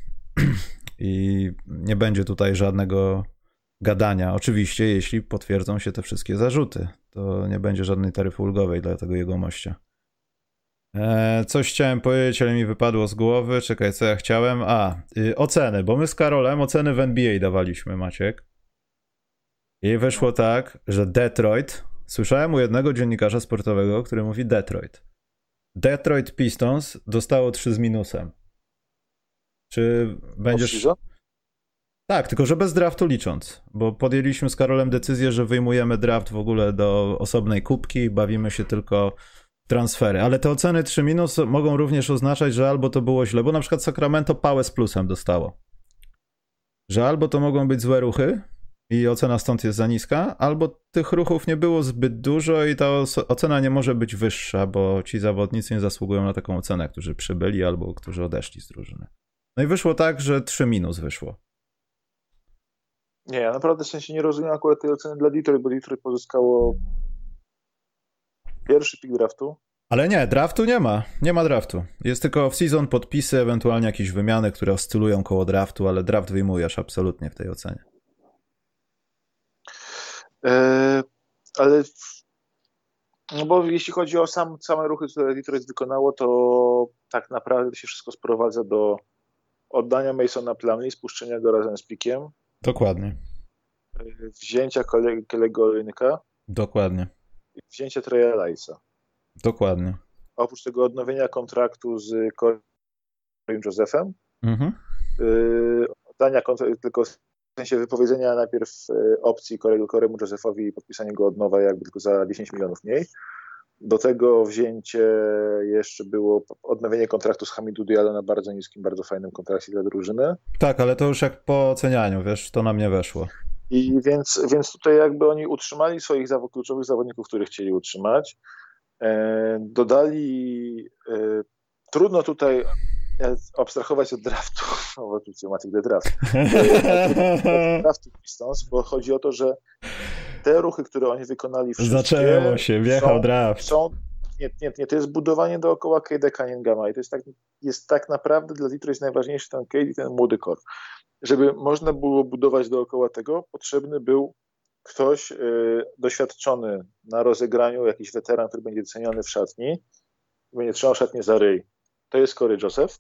i nie będzie tutaj żadnego gadania. Oczywiście, jeśli potwierdzą się te wszystkie zarzuty, to nie będzie żadnej taryfy ulgowej dla tego jegomościa. Eee, coś chciałem powiedzieć, ale mi wypadło z głowy. Czekaj, co ja chciałem? A, yy, oceny, bo my z Karolem oceny w N B A dawaliśmy, Maciek. I wyszło tak, że Detroit, słyszałem u jednego dziennikarza sportowego, który mówi Detroit. Detroit Pistons dostało trzy z minusem. Czy będziesz... Tak, tylko że bez draftu licząc, bo podjęliśmy z Karolem decyzję, że wyjmujemy draft w ogóle do osobnej kubki i bawimy się tylko w transfery. Ale te oceny trzy minus mogą również oznaczać, że albo to było źle, bo na przykład Sacramento pałę z plusem dostało. Że albo to mogą być złe ruchy i ocena stąd jest za niska, albo tych ruchów nie było zbyt dużo i ta ocena nie może być wyższa, bo ci zawodnicy nie zasługują na taką ocenę, którzy przybyli albo którzy odeszli z drużyny. No i wyszło tak, że trzy minus wyszło.
Nie, ja naprawdę w sensie nie rozumiem akurat tej oceny dla Detroit, bo Detroit pozyskało pierwszy pick draftu.
Ale nie, draftu nie ma. Nie ma draftu. Jest tylko off-season, podpisy, ewentualnie jakieś wymiany, które oscylują koło draftu, ale draft wyjmujesz absolutnie w tej ocenie.
Eee, ale no bo jeśli chodzi o sam, same ruchy, które Detroit wykonało, to tak naprawdę się wszystko sprowadza do oddania Masona Plumlee, spuszczenia go razem z pikiem.
Dokładnie.
Wzięcia Kelly'ego Olynyk'a.
Dokładnie.
Wzięcia Treya Lyle'a.
Dokładnie.
Oprócz tego odnowienia kontraktu z Coreyem Josephem,
mhm.
yy, oddania kontraktu, tylko w sensie wypowiedzenia najpierw opcji Coreyemu Josephowi i podpisania go od nowa jakby tylko za dziesięć milionów mniej. Do tego wzięcie jeszcze było odnowienie kontraktu z Hamidou Diallo na bardzo niskim, bardzo fajnym kontrakcie dla drużyny.
Tak, ale to już jak po ocenianiu, wiesz, to nam nie weszło.
I więc, więc tutaj jakby oni utrzymali swoich zaw- kluczowych zawodników, których chcieli utrzymać. E, dodali, e, trudno tutaj abstrahować od draftu, no oczywiście Maciek de draft, od draftu Pistons, bo chodzi o to, że te ruchy, które oni wykonali wszystkie...
Zaczęło się, wjechał
są,
draft.
Są, nie, nie, nie, to jest budowanie dookoła K D Cunninghama i to jest tak, jest tak naprawdę dla Detroit najważniejszy ten K D, ten młody core. Żeby można było budować dookoła tego, potrzebny był ktoś y, doświadczony na rozegraniu, jakiś weteran, który będzie ceniony w szatni, będzie trzymał szatnię za ryj. To jest Corey Joseph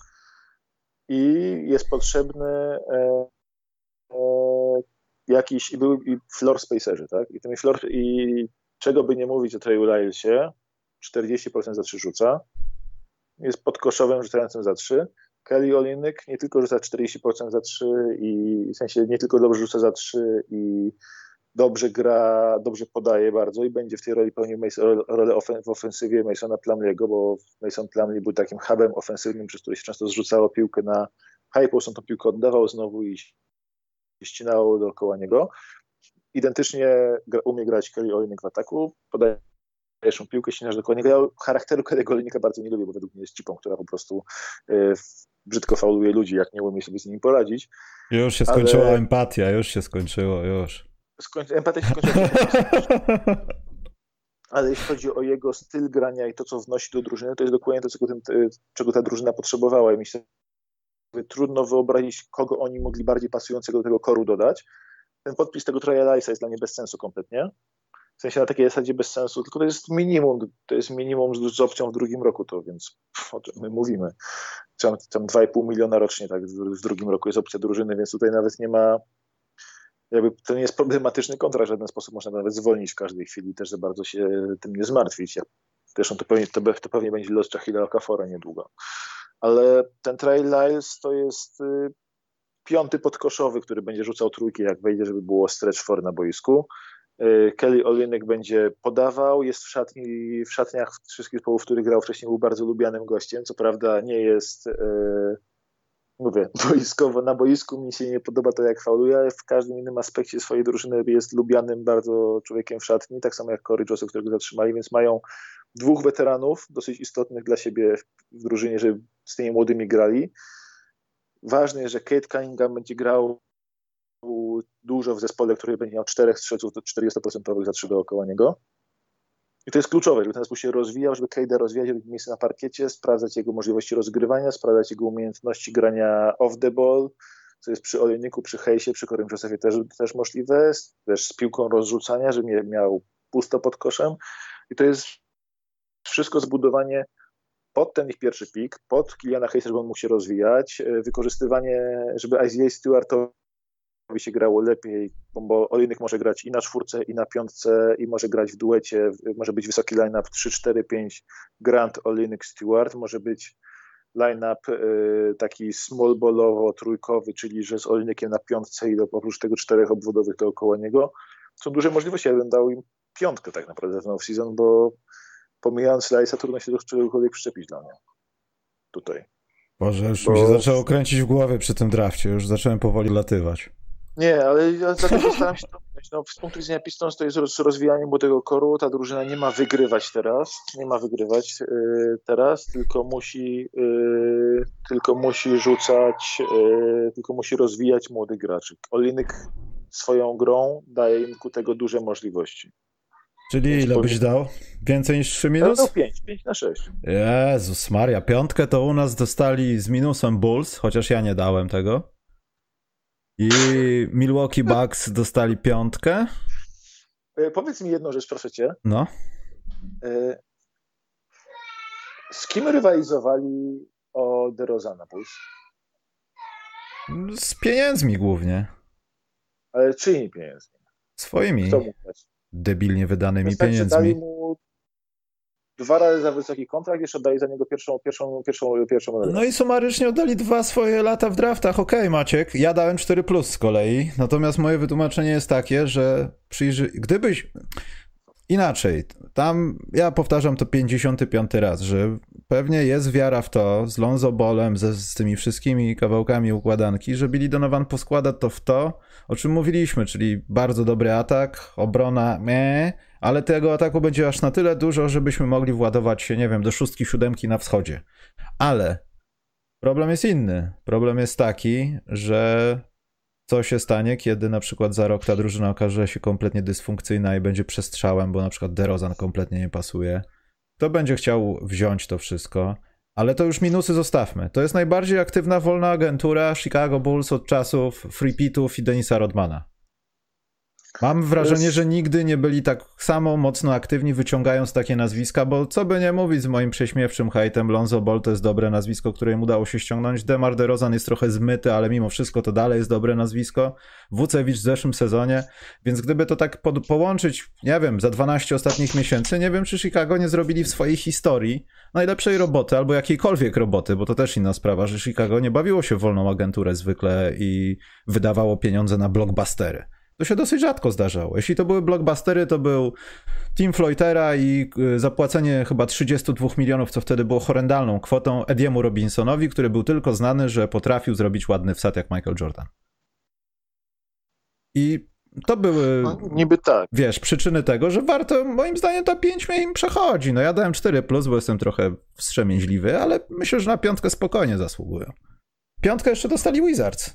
i jest potrzebny e, e, jakiś, i był i floor spacerzy, tak? I, tymi floor, i czego by nie mówić o Treyu Lylesie, czterdzieści procent za trzy rzuca, jest podkoszowym rzucającym za trzy. Kelly Olynyk nie tylko rzuca czterdzieści procent za trzy i w sensie nie tylko dobrze rzuca za trzy i dobrze gra, dobrze podaje bardzo i będzie w tej roli pełnił Mason, rolę ofen, w ofensywie Masona Plumlee'ego, bo Mason Plumlee był takim hubem ofensywnym, przez który się często zrzucało piłkę na high post, on tą piłkę oddawał znowu i ścinało dookoła niego. Identycznie umie grać Kelly Olynyk w ataku, podaje piłkę, ścinasz dokładnie. Ja charakteru Kelly'ego Olynyka bardzo nie lubię, bo według mnie jest cipą, która po prostu brzydko fauluje ludzi, jak nie umie sobie z nimi poradzić.
Już się skończyła ale... empatia, już się skończyło, już.
Skończy... Empatia się skończyła. Ale jeśli chodzi o jego styl grania i to, co wnosi do drużyny, to jest dokładnie to, czego, ten, czego ta drużyna potrzebowała. I myślę, że trudno wyobrazić, kogo oni mogli bardziej pasującego do tego koru dodać. Ten podpis tego Traya Lylesa jest dla mnie bez sensu kompletnie. W sensie na takiej zasadzie bez sensu, tylko to jest minimum, to jest minimum z, z opcją w drugim roku, to więc o czym my mówimy. Tam, tam dwa i pół miliona rocznie, tak, w, w drugim roku jest opcja drużyny, więc tutaj nawet nie ma, jakby to nie jest problematyczny kontrakt w żaden sposób, można nawet zwolnić w każdej chwili, też za bardzo się tym nie zmartwić. Zresztą to pewnie, to, to pewnie będzie los Jahila Okafora niedługo. Ale ten Trey Lyles to jest y, piąty podkoszowy, który będzie rzucał trójki, jak wejdzie, żeby było stretch four na boisku. Kelly Olynyk będzie podawał, jest w, szatni, w szatniach wszystkich zespołów, w których grał wcześniej, był bardzo lubianym gościem, co prawda nie jest, yy, mówię, boiskowo, na boisku mi się nie podoba to, jak fauluje, ale w każdym innym aspekcie swojej drużyny jest lubianym bardzo człowiekiem w szatni, tak samo jak Corey Joseph, którego zatrzymali, więc mają dwóch weteranów, dosyć istotnych dla siebie w drużynie, żeby z tymi młodymi grali. Ważne jest, że Cade Cunningham będzie grał dużo w zespole, który będzie miał czterech strzelców czterdzieści procent za trzy dookoła niego. I to jest kluczowe, żeby ten zespół się rozwijał, żeby Cade'a rozwijać, żeby mieć miejsce na parkiecie, sprawdzać jego możliwości rozgrywania, sprawdzać jego umiejętności grania off the ball, co jest przy Olynyku, przy Haysie, przy Corym Josephie też, też możliwe, też z piłką rozrzucania, żeby miał pusto pod koszem. I to jest wszystko zbudowanie pod ten ich pierwszy pik, pod Kiliana Hayesa, żeby on mógł się rozwijać, wykorzystywanie, żeby Isaiah Stewartowi się grało lepiej, bo Olynyk może grać i na czwórce, i na piątce, i może grać w duecie, może być wysoki line-up trzy cztery pięć Grant, Olynyk, Stewart, może być line-up y, taki small ballowo trójkowy, czyli że z Olynykiem na piątce i do, oprócz tego czterech obwodowych dookoła niego. Są duże możliwości, ja bym dał im piątkę tak naprawdę w off-season, bo pomijając Lylesa trudno się do czegokolwiek przyczepić dla mnie tutaj.
Boże, już
bo...
mi się zaczęło kręcić w głowie przy tym drafcie, już zacząłem powoli latywać.
Nie, ale ja dlatego staram się to mówić. No, z punktu widzenia Pistons to jest rozwijanie młodego koru. Ta drużyna nie ma wygrywać teraz, nie ma wygrywać yy, teraz, tylko musi, yy, tylko musi rzucać, yy, tylko musi rozwijać młodych graczy. Olynyk swoją grą daje im ku tego duże możliwości.
Czyli Więc ile byś dał? Więcej niż trzy minus?
No pięć, pięć na sześć.
Jezus Maria, piątkę to u nas dostali z minusem Bulls, chociaż ja nie dałem tego. I Milwaukee Bucks dostali piątkę.
E, powiedz mi jedną rzecz, proszę cię.
No.
E, z kim rywalizowali o DeRozana Bulls?
Z pieniędzmi głównie.
Ale czyimi pieniędzmi?
Swoimi.
Kto mógł dać?
Debilnie wydanymi
Wystarczy,
pieniędzmi.
dali mu dwa razy za wysoki kontrakt, jeszcze oddali za niego pierwszą, pierwszą, pierwszą, pierwszą medalę.
No i sumarycznie oddali dwa swoje lata w draftach. Okej, okay, Maciek, ja dałem cztery plus z kolei, natomiast moje wytłumaczenie jest takie, że przyjrzy... gdybyś... Inaczej, tam ja powtarzam to pięćdziesiąty piąty raz, że pewnie jest wiara w to z Lonzo Ballem, ze, z tymi wszystkimi kawałkami układanki, że Billy Donovan poskłada to w to, o czym mówiliśmy, czyli bardzo dobry atak, obrona meh, ale tego ataku będzie aż na tyle dużo, żebyśmy mogli władować się, nie wiem, do szóstki, siódemki na wschodzie. Ale problem jest inny. Problem jest taki, że co się stanie, kiedy na przykład za rok ta drużyna okaże się kompletnie dysfunkcyjna i będzie przestrzałem, bo na przykład DeRozan kompletnie nie pasuje. Kto będzie chciał wziąć to wszystko? Ale to już minusy zostawmy. To jest najbardziej aktywna wolna agentura Chicago Bulls od czasów Free Pitów i Denisa Rodmana. Mam wrażenie, jest... że nigdy nie byli tak samo mocno aktywni, wyciągając takie nazwiska, bo co by nie mówić z moim prześmiewczym hejtem, Lonzo Ball to jest dobre nazwisko, które im udało się ściągnąć. DeMar DeRozan jest trochę zmyty, ale mimo wszystko to dalej jest dobre nazwisko. Vucevic w zeszłym sezonie, więc gdyby to tak pod- połączyć, nie wiem, za dwanaście ostatnich miesięcy, nie wiem, czy Chicago nie zrobili w swojej historii najlepszej roboty, albo jakiejkolwiek roboty, bo to też inna sprawa, że Chicago nie bawiło się w wolną agenturę zwykle i wydawało pieniądze na blockbustery. To się dosyć rzadko zdarzało. Jeśli to były blockbustery, to był Tim Floydera i zapłacenie chyba trzydzieści dwa milionów, co wtedy było horrendalną kwotą Ediemu Robinsonowi, który był tylko znany, że potrafił zrobić ładny wsad jak Michael Jordan. I to były,
no, niby tak.
Wiesz, przyczyny tego, że warto, moim zdaniem ta pięć mnie im przechodzi. No ja dałem cztery plus, bo jestem trochę wstrzemięźliwy, ale myślę, że na piątkę spokojnie zasługują. piątkę jeszcze dostali Wizards.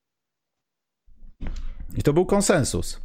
I to był konsensus.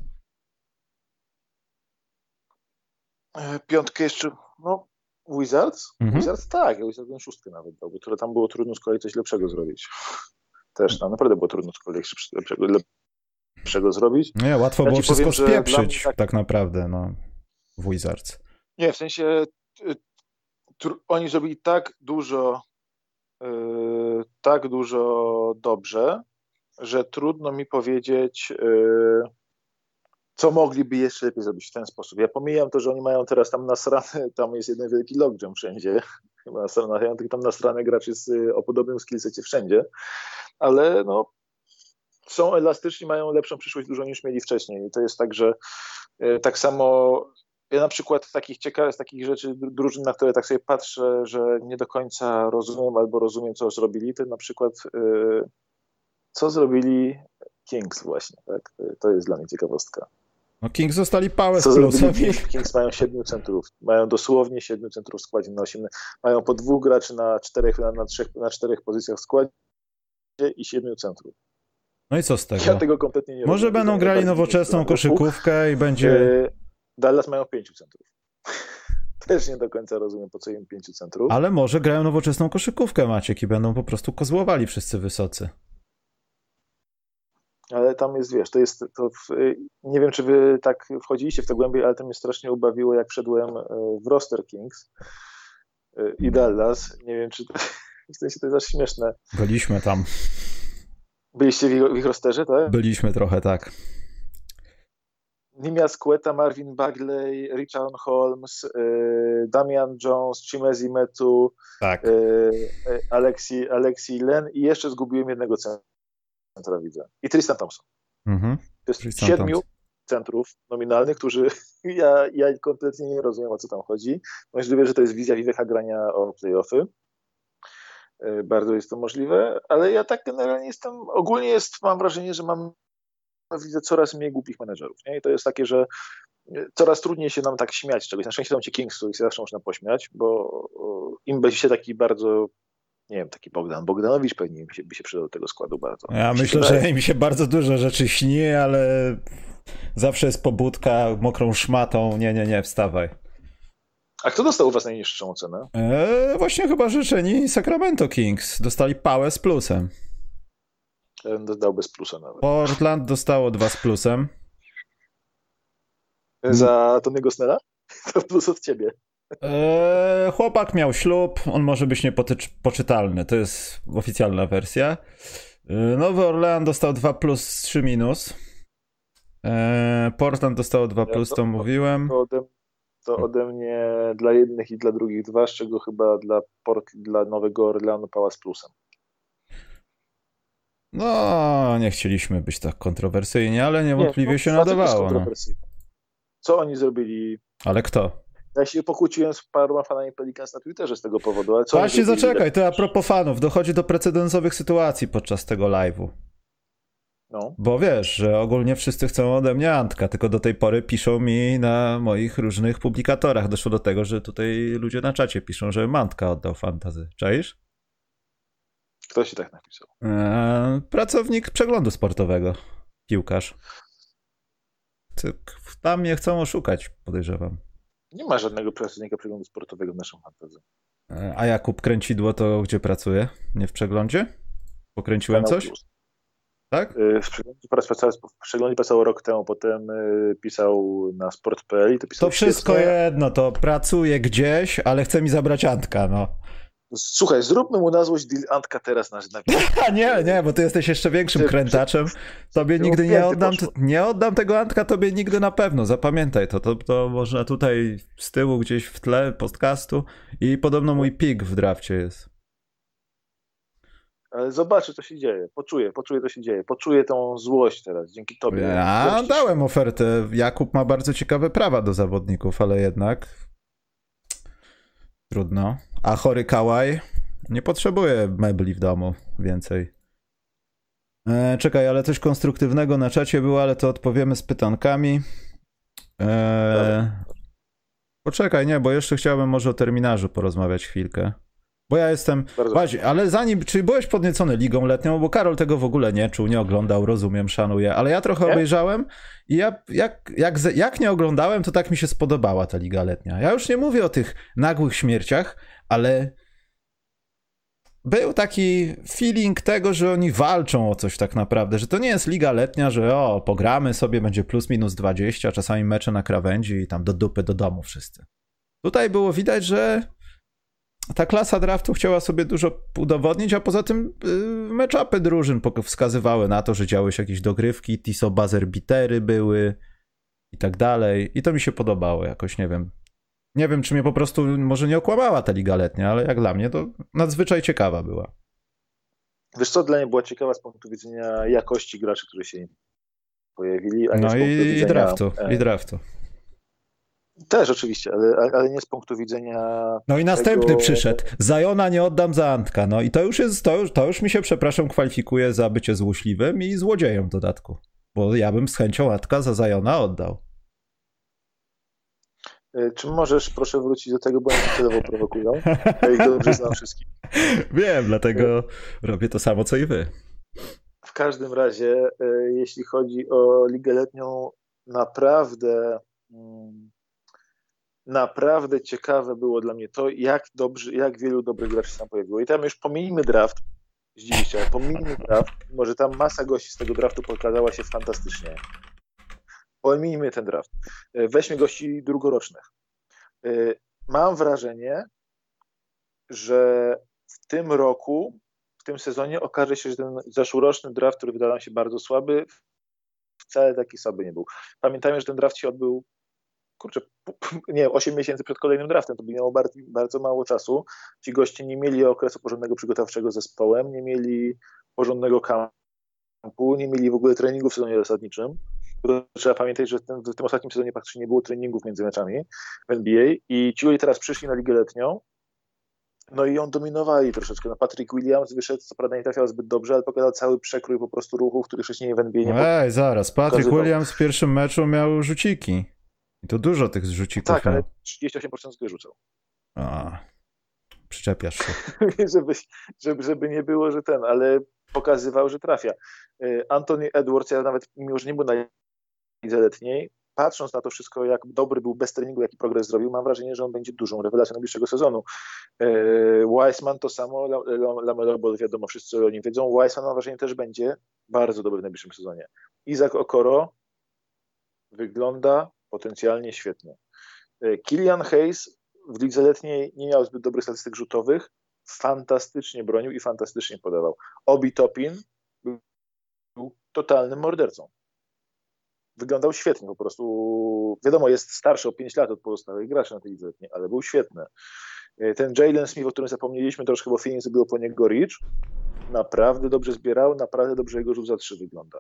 Piątkę jeszcze, no Wizards?
Mhm.
Wizards tak, ja Wizards bym szóstkę nawet dał, bo które tam było trudno z kolei coś lepszego zrobić. Też tam naprawdę było trudno z kolei coś lepszego, lepszego zrobić.
Nie, łatwo
Ja
było
ci
wszystko
powiem, że
spieprzyć
dla mnie tak-
tak naprawdę, no, w Wizards.
Nie, w sensie y, tr- oni zrobili tak dużo y, tak dużo dobrze, że trudno mi powiedzieć, y, co mogliby jeszcze lepiej zrobić w ten sposób. Ja pomijam to, że oni mają teraz tam nasrane, tam jest jeden wielki logjam wszędzie, chyba nasrane, tam nasrane graczy z, y, o podobnym skillsecie wszędzie, ale no są elastyczni, mają lepszą przyszłość dużo niż mieli wcześniej. I to jest tak, że y, tak samo ja na przykład takich ciekawych, z takich rzeczy, drużyn, na które tak sobie patrzę, że nie do końca rozumiem albo rozumiem, co zrobili, to na przykład y, co zrobili Kings właśnie, tak? To jest dla mnie ciekawostka.
No Kings zostali pałę z
Co
plusem.
zrobili Kings? Kings mają siedmiu centrów, mają dosłownie siedmiu centrów w składzie na osiem, mają po dwóch graczy na czterech, na, na, trzech, na czterech pozycjach w składzie i siedmiu centrów.
No i co z tego?
Ja tego kompletnie nie
Może
rozumiem.
będą grali nowoczesną koszykówkę i będzie...
Dallas mają pięciu centrów. Też nie do końca rozumiem, po co im pięciu centrów.
Ale może grają nowoczesną koszykówkę, Maciek, i będą po prostu kozłowali wszyscy wysocy.
Ale tam jest, wiesz, to jest, to w, nie wiem, czy wy tak wchodziliście w to głębiej, ale to mnie strasznie ubawiło, jak wszedłem w roster Kings i Dallas. Nie wiem, czy to, w sensie to jest aż śmieszne.
Byliśmy tam.
Byliście w ich, w ich rosterze, tak?
Byliśmy trochę, tak.
Nimias Queta, Marvin Bagley, Richard Holmes, y, Damian Jones, Chimezi Metu,
Tak.
y, Alexi, Alexi Len i jeszcze zgubiłem jednego centra, widzę. I Tristan Thompson.
Mhm.
To jest
Tristan
siedmiu
Thompson.
centrów nominalnych, którzy ja, ja kompletnie nie rozumiem, o co tam chodzi. Możliwe, że to jest wizja Wiwecha grania o playoffy. Y, bardzo jest to możliwe, ale ja tak generalnie jestem, ogólnie jest, mam wrażenie, że mam widzę coraz mniej głupich menedżerów. Nie? I to jest takie, że coraz trudniej się nam tak śmiać z czegoś. Na szczęście tam ci Kings, których się zawsze można pośmiać, bo im by się taki bardzo, nie wiem, taki Bogdan Bogdanowicz pewnie by się, by się przydał do tego składu bardzo.
Ja myślę, że im się bardzo dużo rzeczy śni, ale zawsze jest pobudka mokrą szmatą. Nie, nie, nie, wstawaj.
A kto dostał u was najniższą ocenę?
Eee, właśnie chyba życzeni Sacramento Kings. Dostali pałę z plusem.
Dał bez plusa nawet.
Portland dostało dwa z plusem.
Za Tony'ego Snella? To plus od ciebie.
Eee, chłopak miał ślub, on może być niepoczytalny. To jest oficjalna wersja. Eee, Nowy Orlean dostał dwa plus, trzy minus. Eee, Portland dostało dwa plus, to, to mówiłem.
To ode, to ode mnie dla jednych i dla drugich dwa, z czego chyba dla, Port, dla Nowego Orleanu pała z plusem.
No, nie chcieliśmy być tak kontrowersyjni, ale niewątpliwie nie, no, się nadawało. No.
Co oni zrobili?
Ale kto?
Ja się pokłóciłem z paroma fanami Pelicans na Twitterze z tego powodu. Ale co
Właśnie zaczekaj, to a propos fanów, dochodzi do precedensowych sytuacji podczas tego live'u.
No.
Bo wiesz, że ogólnie wszyscy chcą ode mnie Antka, tylko do tej pory piszą mi na moich różnych publikatorach. Doszło do tego, że tutaj ludzie na czacie piszą, że Antka oddał fantazy. Czaisz?
Kto się tak napisał?
Eee, pracownik przeglądu sportowego. Piłkarz. Tam mnie chcą oszukać, podejrzewam.
Nie ma żadnego pracownika przeglądu sportowego w naszym fantasy.
Eee, a Jakub Kręcidło to gdzie pracuje? Nie w przeglądzie? Pokręciłem
Kanał
coś?
Plus.
Tak?
W przeglądzie, w przeglądzie pisał rok temu, potem pisał na sport kropka p l i to pisał
To wszystko
świetnie.
jedno, to pracuje gdzieś, ale chce mi zabrać Antka, no.
Słuchaj, zróbmy mu na złość deal Antka teraz na
A nie, nie, bo ty jesteś jeszcze większym ty, krętaczem. Tobie ty, nigdy nie oddam, nie oddam tego Antka, tobie nigdy na pewno, zapamiętaj to. To, to można tutaj z tyłu gdzieś w tle podcastu i podobno mój pik w drafcie jest.
Ale zobaczę, co się dzieje. Poczuję, poczuję, co się dzieje. Poczuję tą złość teraz, dzięki tobie.
Ja dałem ofertę. Jakub ma bardzo ciekawe prawa do zawodników, ale jednak trudno. A chory Kałaj nie potrzebuje mebli w domu więcej. E, czekaj, ale coś konstruktywnego na czacie było, ale to odpowiemy z pytankami. E, poczekaj, nie, bo jeszcze chciałbym może o terminarzu porozmawiać chwilkę. Bo ja jestem... Właśnie, ale zanim... Czy byłeś podniecony ligą letnią? Bo Karol tego w ogóle nie czuł, nie oglądał, rozumiem, szanuję. Ale ja trochę nie? obejrzałem i ja jak, jak, jak nie oglądałem, to tak mi się spodobała ta liga letnia. Ja już nie mówię o tych nagłych śmierciach, ale... Był taki feeling tego, że oni walczą o coś tak naprawdę, że to nie jest liga letnia, że o, pogramy sobie, będzie plus minus dwadzieścia, czasami mecze na krawędzi i tam do dupy do domu wszyscy. Tutaj było widać, że ta klasa draftu chciała sobie dużo udowodnić, a poza tym yy, match-upy drużyn wskazywały na to, że działy się jakieś dogrywki, Tiso buzzer beatery były i tak dalej. I to mi się podobało jakoś, nie wiem. Nie wiem, czy mnie po prostu może nie okłamała ta liga letnia, ale jak dla mnie to nadzwyczaj ciekawa była.
Wiesz co, dla mnie była ciekawa z punktu widzenia jakości graczy, którzy się pojawili, a nie
no
z punktu
i,
widzenia...
i draftu,
e...
i draftu.
Też oczywiście, ale, ale nie z punktu widzenia...
No i następny
tego...
przyszedł. Zajona nie oddam za Antka. No i to już jest, to już, to już mi się, przepraszam, kwalifikuje za bycie złośliwym i złodziejem w dodatku. Bo ja bym z chęcią Antka za Zajona oddał.
Czy możesz proszę wrócić do tego, bo oni celowo prowokują? Ja ich dobrze znam wszystkich.
Wiem, dlatego robię to samo, co i wy.
W każdym razie, jeśli chodzi o ligę letnią, naprawdę naprawdę ciekawe było dla mnie to, jak dobrze, jak wielu dobrych graczy się tam pojawiło. I tam już pomijmy draft, zdziwiście, ale pomijmy draft, może tam masa gości z tego draftu pokazała się fantastycznie. Pomijmy ten draft. Weźmy gości drugorocznych. Mam wrażenie, że w tym roku, w tym sezonie okaże się, że ten zeszłoroczny draft, który wydawał się bardzo słaby, wcale taki słaby nie był. Pamiętajmy, że ten draft się odbył, kurczę, nie wiem, osiem miesięcy przed kolejnym draftem, to by miało bardzo, bardzo mało czasu. Ci goście nie mieli okresu porządnego przygotowczego z zespołem, nie mieli porządnego kampu, nie mieli w ogóle treningu w sezonie zasadniczym. Trzeba pamiętać, że ten, w tym ostatnim sezonie praktycznie nie było treningów między meczami w N B A i ci ludzie teraz przyszli na ligę letnią, no i ją dominowali troszeczkę. No Patrick Williams wyszedł, co prawda nie trafiał zbyt dobrze, ale pokazał cały przekrój po prostu ruchów, który wcześniej w N B A nie pokazywał.
Ej, zaraz, Patrick pokazywał. Williams w pierwszym meczu miał rzuciki. I to dużo tych rzucików.
Tak,
miał.
ale trzydzieści osiem procent z gry rzucał.
A, przyczepiasz się.
żeby, żeby, żeby nie było, że ten, ale pokazywał, że trafia. Anthony Edwards, ja nawet, mimo że nie był na lidze letniej, patrząc na to wszystko, jak dobry był bez treningu, jaki progres zrobił, mam wrażenie, że on będzie dużą rewelacją najbliższego sezonu. Wiseman to samo, LaMelo Ball, wiadomo, wszyscy o nim wiedzą. Wiseman, mam wrażenie, też będzie bardzo dobry w najbliższym sezonie. Isaac Okoro wygląda potencjalnie świetnie. Killian Hayes w lidze letniej nie miał zbyt dobrych statystyk rzutowych, fantastycznie bronił i fantastycznie podawał. Obi Toppin był totalnym mordercą. Wyglądał świetnie po prostu. Wiadomo, jest starszy o pięć lat od pozostałych graczy na tej lidze letniej, ale był świetny. Ten Jalen Smith, o którym zapomnieliśmy troszkę, bo Phoenix było po niego reach, naprawdę dobrze zbierał, naprawdę dobrze jego rzut za trzy wygląda.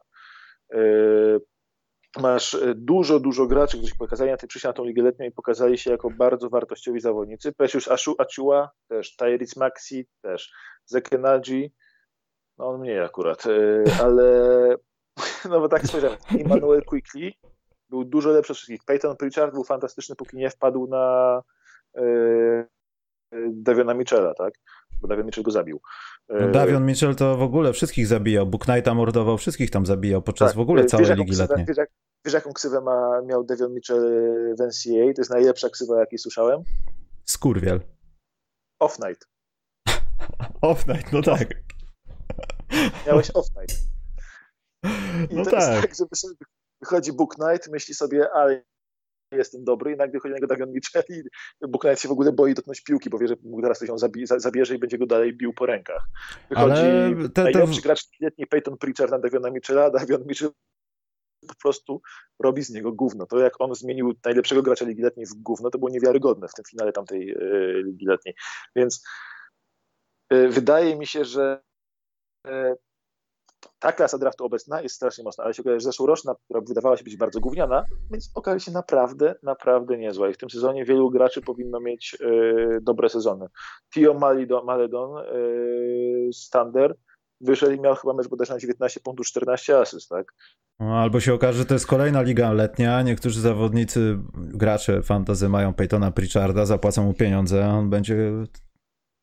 Masz dużo, dużo graczy, którzy pokazali na tej przyjście na tą ligę letnią i pokazali się jako bardzo wartościowi zawodnicy. Precious Achiuwa też, Tyrese Maxey też, Zekenaji, no on mniej akurat, ale no bo tak spojrzałem, Emmanuel Quickley był dużo lepszy od wszystkich. Peyton Pritchard był fantastyczny, póki nie wpadł na yy, Daviona Mitchella, tak? Bo Davion Mitchell go zabił.
No, Davion Mitchell to w ogóle wszystkich zabijał. Book Knighta mordował, wszystkich tam zabijał podczas tak, w ogóle całej
wiesz,
ligi
ksywę,
letniej.
Wiesz, jak, wiesz jaką ksywę ma, miał Davion Mitchell w N C A A? To jest najlepsza ksywa, jakiej słyszałem.
Skurwiel.
Off Night.
Off Night, no tak.
Miałeś Off Night. I
no
to
tak.
jest tak, że wychodzi Book Knight, myśli sobie, ale jestem dobry i nagle wychodzi na niego Davion Mitchell i Book Knight się w ogóle boi dotknąć piłki, bo wie, że teraz ktoś ją zabierze i będzie go dalej bił po rękach. Wychodzi ale te, najlepszy te... gracz letni Peyton Pritchard na Daviona Mitchella, Davion Mitchell po prostu robi z niego gówno. To jak on zmienił najlepszego gracza Ligi Letniej w gówno, to było niewiarygodne w tym finale tamtej y, Ligi Letniej. Więc y, wydaje mi się, że y, ta klasa draftu obecna jest strasznie mocna, ale się okaże, że zeszłoroczna, która wydawała się być bardzo gówniana, więc okaże się naprawdę, naprawdę niezła. I w tym sezonie wielu graczy powinno mieć y, dobre sezony. Tio Maledon, Maledon y, z Thunder wyszedł i miał chyba mecz bodajże na dziewiętnaście punktów, czternaście asyst, tak?
No, albo się okaże, że to jest kolejna liga letnia, niektórzy zawodnicy, gracze fantasy mają Peytona Pritcharda, zapłacą mu pieniądze, a on będzie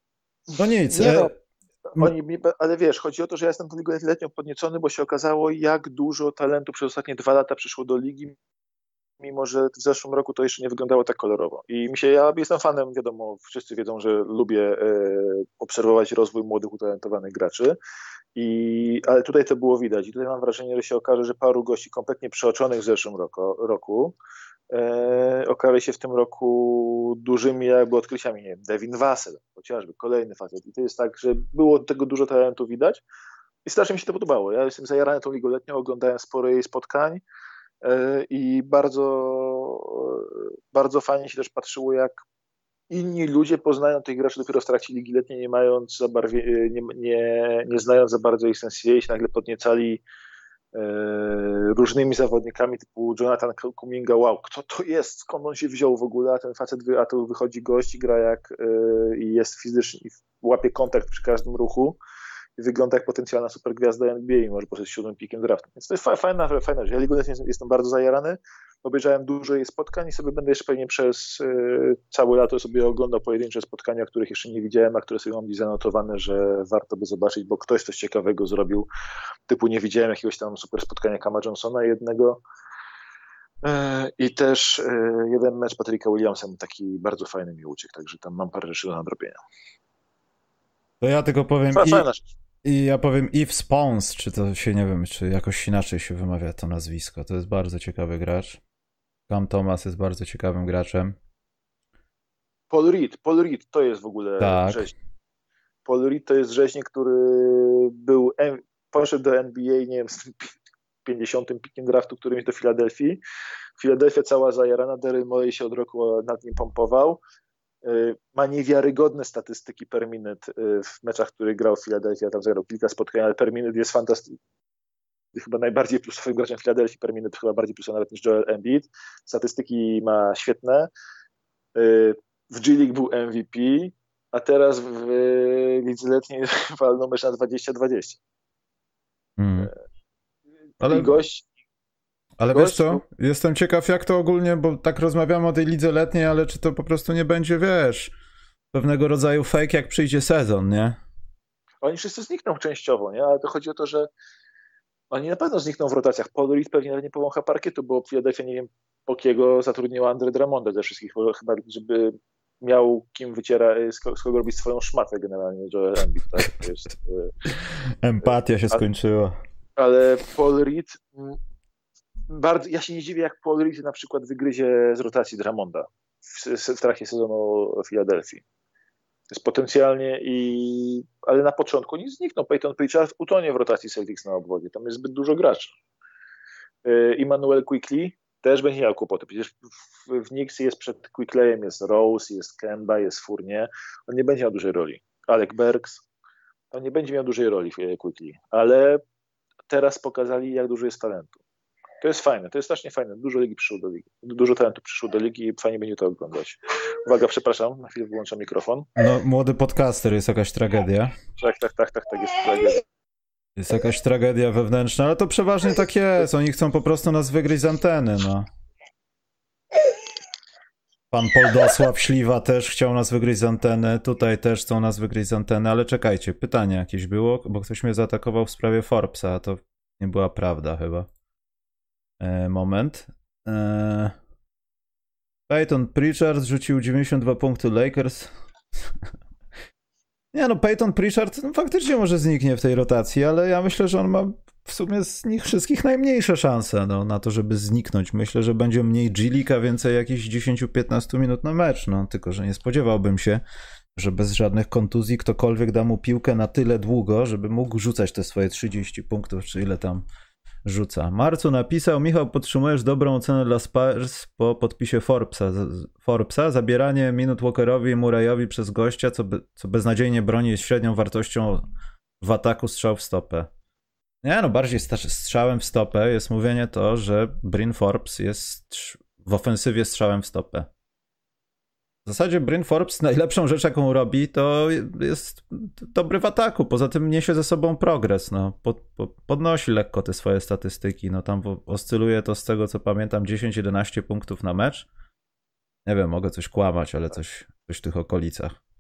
No nic.
Nie
E...
no, oni, ale wiesz, chodzi o to, że ja jestem tą ligą letnią podniecony, bo się okazało, jak dużo talentu przez ostatnie dwa lata przyszło do ligi, mimo że w zeszłym roku to jeszcze nie wyglądało tak kolorowo. I mi się, ja jestem fanem, wiadomo, wszyscy wiedzą, że lubię e, obserwować rozwój młodych, utalentowanych graczy, i, ale tutaj to było widać. I tutaj mam wrażenie, że się okaże, że paru gości kompletnie przeoczonych w zeszłym roku, roku e, okaże się w tym roku dużymi jakby odkryciami. Nie wiem, Devin Vassell, chociażby, kolejny facet. I to jest tak, że było tego dużo talentu widać i strasznie mi się to podobało. Ja jestem zajarany tą ligą letnią, oglądałem sporo jej spotkań e, i bardzo, bardzo fajnie się też patrzyło, jak inni ludzie poznają tych graczy dopiero w trakcie ligi letniej, nie mając za barwie, nie, nie, nie znając za bardzo ich sensei, się nagle podniecali e, różnymi zawodnikami typu Jonathan Kuminga. Wow, kto to jest? Skąd on się wziął w ogóle? A ten facet, wy, a tu wychodzi gość i gra jak e, i jest fizycznie, i łapie kontakt przy każdym ruchu i wygląda jak potencjalna supergwiazda N B A i może poszedł siódmym pikiem draftu. Więc to jest fajna, fajna rzecz. Ja ligą letnią jestem bardzo zajarany. Obejrzałem dużo jej spotkań i sobie będę jeszcze pewnie przez y, całe lato sobie oglądał pojedyncze spotkania, których jeszcze nie widziałem, a które sobie mam gdzieś zanotowane, że warto by zobaczyć, bo ktoś coś ciekawego zrobił. Typu nie widziałem jakiegoś tam super spotkania Cama Johnsona jednego. Y, I też y, jeden mecz Patryka Williamsa taki bardzo fajny mi uciekł, także tam mam parę rzeczy do nadrobienia.
To ja tylko powiem
Fajna,
i,
fajna
i ja powiem Yves Spence, czy to się, nie wiem, czy jakoś inaczej się wymawia to nazwisko. To jest bardzo ciekawy gracz. Cam Thomas jest bardzo ciekawym graczem.
Paul Reed, Paul Reed to jest w ogóle
tak.
rzeźnik. Paul Reed to jest rzeźnik, który był, poszedł do N B A, nie wiem, z pięćdziesiątym pikiem draftu, którymś do Filadelfii. Filadelfia cała zajarana, Daryl Morey się od roku nad nim pompował. Ma niewiarygodne statystyki per minute w meczach, w których grał Filadelfia, tam zagrał kilka spotkań, ale per minute jest fantastyczny. Chyba najbardziej plusowym graczem Filadelfii per minute, chyba bardziej plusowy nawet niż Joel Embiid. Statystyki ma świetne. W G League był M V P, a teraz w lidze letniej walnął mecz na dwadzieścia dwadzieścia.
Hmm. Ale...
I gość...
Ale gość, wiesz co, jestem ciekaw jak to ogólnie, bo tak rozmawiamy o tej lidze letniej, ale czy to po prostu nie będzie, wiesz, pewnego rodzaju fake, jak przyjdzie sezon, nie?
Oni wszyscy znikną częściowo, nie? Ale to chodzi o to, że oni na pewno znikną w rotacjach. Paul Reed pewnie nawet nie powącha parkietu, bo Philadelphia, nie wiem, Pokiego zatrudniła Andre Drummonda ze wszystkich, chyba żeby miał kim wyciera, z kogo robić swoją szmatę generalnie, Joel Embiid, tak? To jest,
Empatia się
ale,
skończyła.
Ale Paul Reed, bardzo, ja się nie dziwię, jak Paul Reed na przykład wygryzie z rotacji Drummonda w, w trakcie sezonu Filadelfii. To jest potencjalnie i... Ale na początku nie znikną. Peyton Pritchard utonie w rotacji Celtics na obwodzie. Tam jest zbyt dużo graczy. Immanuel Quickley też będzie miał kłopoty. Przecież w, w Knicks jest przed Quickleyem, jest Rose, jest Kemba, jest Fournier. On nie będzie miał dużej roli. Alec Burks, on nie będzie miał dużej roli w Quickley. Ale teraz pokazali, jak dużo jest talentu. To jest fajne, to jest strasznie fajne. Dużo ligi przyszło do ligi. Dużo talentu przyszło do ligi i fajnie będzie to oglądać. Uwaga, przepraszam, na chwilę wyłączam mikrofon.
No, młody podcaster, jest jakaś tragedia.
Tak, tak, tak, tak, tak, jest tragedia.
Jest jakaś tragedia wewnętrzna, ale to przeważnie tak jest. Oni chcą po prostu nas wygryźć z anteny, no. Pan Poldosław Śliwa też chciał nas wygryźć z anteny. Tutaj też chcą nas wygryźć z anteny, ale czekajcie, pytanie jakieś było, bo ktoś mnie zaatakował w sprawie Forbesa, a to nie była prawda chyba. E, moment. E... Peyton Pritchard rzucił dziewięćdziesiąt dwa punkty Lakers. Nie no, Peyton Pritchard no, faktycznie może zniknie w tej rotacji, ale ja myślę, że on ma w sumie z nich wszystkich najmniejsze szanse no, na to, żeby zniknąć. Myślę, że będzie mniej G-League, a więcej jakichś dziesięć do piętnastu minut na mecz, no. Tylko że nie spodziewałbym się, że bez żadnych kontuzji ktokolwiek da mu piłkę na tyle długo, żeby mógł rzucać te swoje trzydzieści punktów, czy ile tam rzuca. Marcu napisał: Michał, podtrzymujesz dobrą ocenę dla Spurs po podpisie Forbesa. Forbesa. Zabieranie minut Walkerowi i Murrayowi przez gościa, co, be, co beznadziejnie broni, jest średnią wartością w ataku strzał w stopę. Nie no, bardziej strzałem w stopę jest mówienie to, że Bryn Forbes jest w ofensywie strzałem w stopę. W zasadzie Bryn Forbes najlepszą rzecz, jaką robi, to jest dobry w ataku. Poza tym niesie ze sobą progres. No. Pod, pod, podnosi lekko te swoje statystyki. No, tam oscyluje to z tego, co pamiętam, dziesięć jedenaście punktów na mecz. Nie wiem, mogę coś kłamać, ale coś, coś w tych okolicach.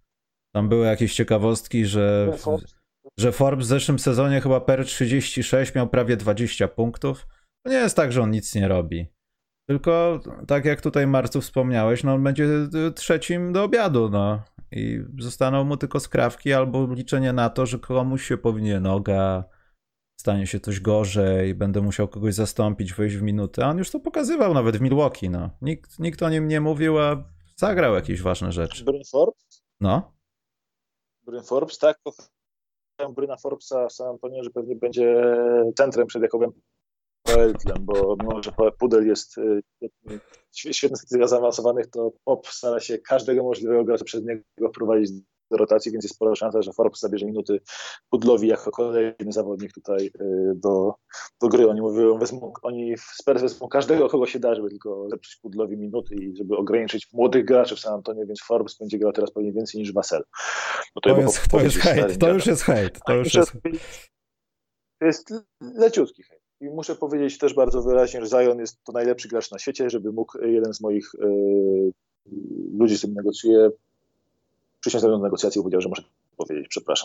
Tam były jakieś ciekawostki, że, że Forbes w zeszłym sezonie chyba per trzydzieści sześć miał prawie dwadzieścia punktów. To nie jest tak, że on nic nie robi. Tylko tak jak tutaj Marcu wspomniałeś, no on będzie trzecim do obiadu, no. I zostaną mu tylko skrawki albo liczenie na to, że komuś się powinie noga, stanie się coś gorzej, będę musiał kogoś zastąpić, wejść w minutę. A on już to pokazywał nawet w Milwaukee, no. Nikt, nikt o nim nie mówił, a zagrał jakieś ważne rzeczy.
Bryn Forbes?
No.
Bryn Forbes, tak. Kochałem Bryna Forbesa w San Antonio, że pewnie będzie centrem przed Jakobem Poeltlem, bo mimo, że Pudel jest świetny z tych zaawansowanych, to Pop stara się każdego możliwego gracza przed niego wprowadzić do rotacji, więc jest spora szansa, że Forbes zabierze minuty Pudlowi jako kolejny zawodnik tutaj do, do gry. Oni mówią, wezmą, oni w Spurs wezmą każdego, kogo się da, żeby tylko zepsuć Pudlowi minuty i żeby ograniczyć młodych graczy w San Antonio, więc Forbes będzie grał teraz pewnie więcej niż Vassell.
No to, to, jest, to jest hejt, to już jest hejt. To już jest...
To jest leciutki hejt. I muszę powiedzieć też bardzo wyraźnie, że Zion jest to najlepszy gracz na świecie, żeby mógł jeden z moich yy, ludzi, z którym negocjuję, przysiąść do negocjacji i powiedział, że muszę powiedzieć, przepraszam.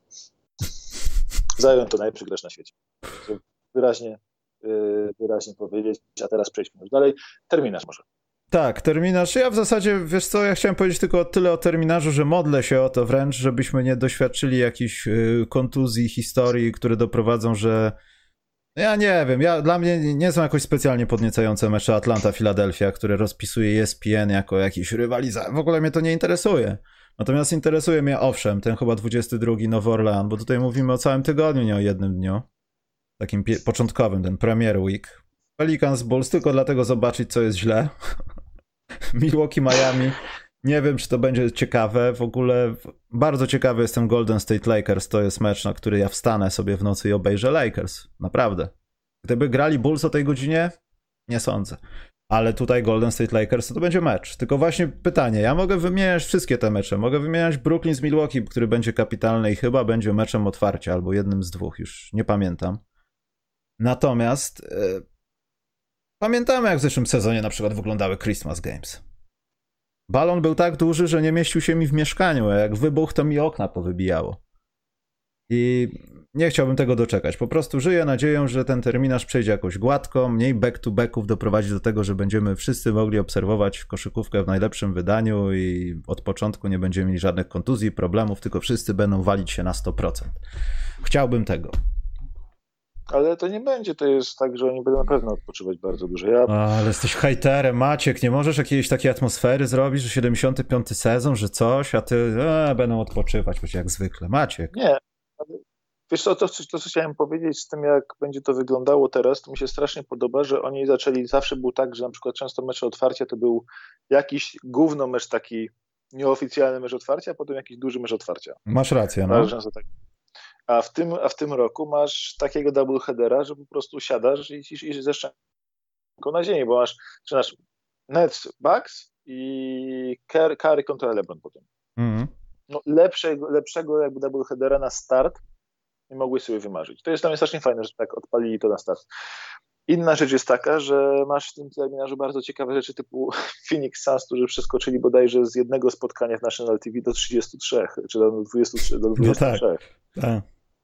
Zion to najlepszy gracz na świecie. Wyraźnie, yy, wyraźnie powiedzieć, a teraz przejdźmy już dalej. Terminarz może.
Tak, terminarz. Ja w zasadzie, wiesz co, ja chciałem powiedzieć tylko tyle o terminarzu, że modlę się o to wręcz, żebyśmy nie doświadczyli jakichś yy, kontuzji, historii, które doprowadzą, że ja nie wiem, ja, dla mnie nie są jakoś specjalnie podniecające mecze Atlanta-Filadelfia, które rozpisuje E S P N jako jakiś rywalizacja. W ogóle mnie to nie interesuje. Natomiast interesuje mnie, owszem, ten chyba dwudziesty drugi Nowy Orlean, bo tutaj mówimy o całym tygodniu, nie o jednym dniu. Takim pie- początkowym, ten Premier Week. Pelicans Bulls, tylko dlatego zobaczyć, co jest źle. Milwaukee, Miami. Nie wiem, czy to będzie ciekawe. W ogóle bardzo ciekawy jestem Golden State Lakers. To jest mecz, na który ja wstanę sobie w nocy i obejrzę Lakers. Naprawdę. Gdyby grali Bulls o tej godzinie? Nie sądzę. Ale tutaj Golden State Lakers to będzie mecz. Tylko właśnie pytanie. Ja mogę wymieniać wszystkie te mecze. Mogę wymieniać Brooklyn z Milwaukee, który będzie kapitalny i chyba będzie meczem otwarcia, albo jednym z dwóch. Już nie pamiętam. Natomiast yy, pamiętamy, jak w zeszłym sezonie na przykład wyglądały Christmas Games. Balon był tak duży, że nie mieścił się mi w mieszkaniu, a jak wybuchł, to mi okna powybijało. I nie chciałbym tego doczekać. Po prostu żyję nadzieją, że ten terminarz przejdzie jakoś gładko, mniej back-to-backów doprowadzi do tego, że będziemy wszyscy mogli obserwować koszykówkę w najlepszym wydaniu i od początku nie będziemy mieli żadnych kontuzji, problemów, tylko wszyscy będą walić się na sto procent. Chciałbym tego.
Ale to nie będzie, to jest tak, że oni będą na pewno odpoczywać bardzo dużo. Ja...
Ale jesteś hejterem, Maciek, nie możesz jakiejś takiej atmosfery zrobić, że siedemdziesiąty piąty sezon, że coś, a ty e, będą odpoczywać, będzie jak zwykle. Maciek.
Nie, ale wiesz co, to, to co chciałem powiedzieć z tym, jak będzie to wyglądało teraz, to mi się strasznie podoba, że oni zaczęli, zawsze był tak, że na przykład często mecze otwarcia to był jakiś gówno mecz taki nieoficjalny mecz otwarcia, a potem jakiś duży mecz otwarcia.
Masz rację, no.
Często tak. A w tym, a w tym roku masz takiego doubleheadera, że po prostu siadasz i, i, i zeszczęką na ziemi, bo masz, masz Nets, Bucks i Curry kontra LeBron potem. Mm. No, lepszego, lepszego jakby doubleheadera na start nie mogłeś sobie wymarzyć. To jest dla mnie strasznie fajne, że tak odpalili to na start. Inna rzecz jest taka, że masz w tym terminarzu bardzo ciekawe rzeczy typu Phoenix Suns, którzy przeskoczyli bodajże z jednego spotkania w National T V do trzydziestu trzech, czy do dwudziestu trzech. Do dwudziestu trzech. No tak, tak.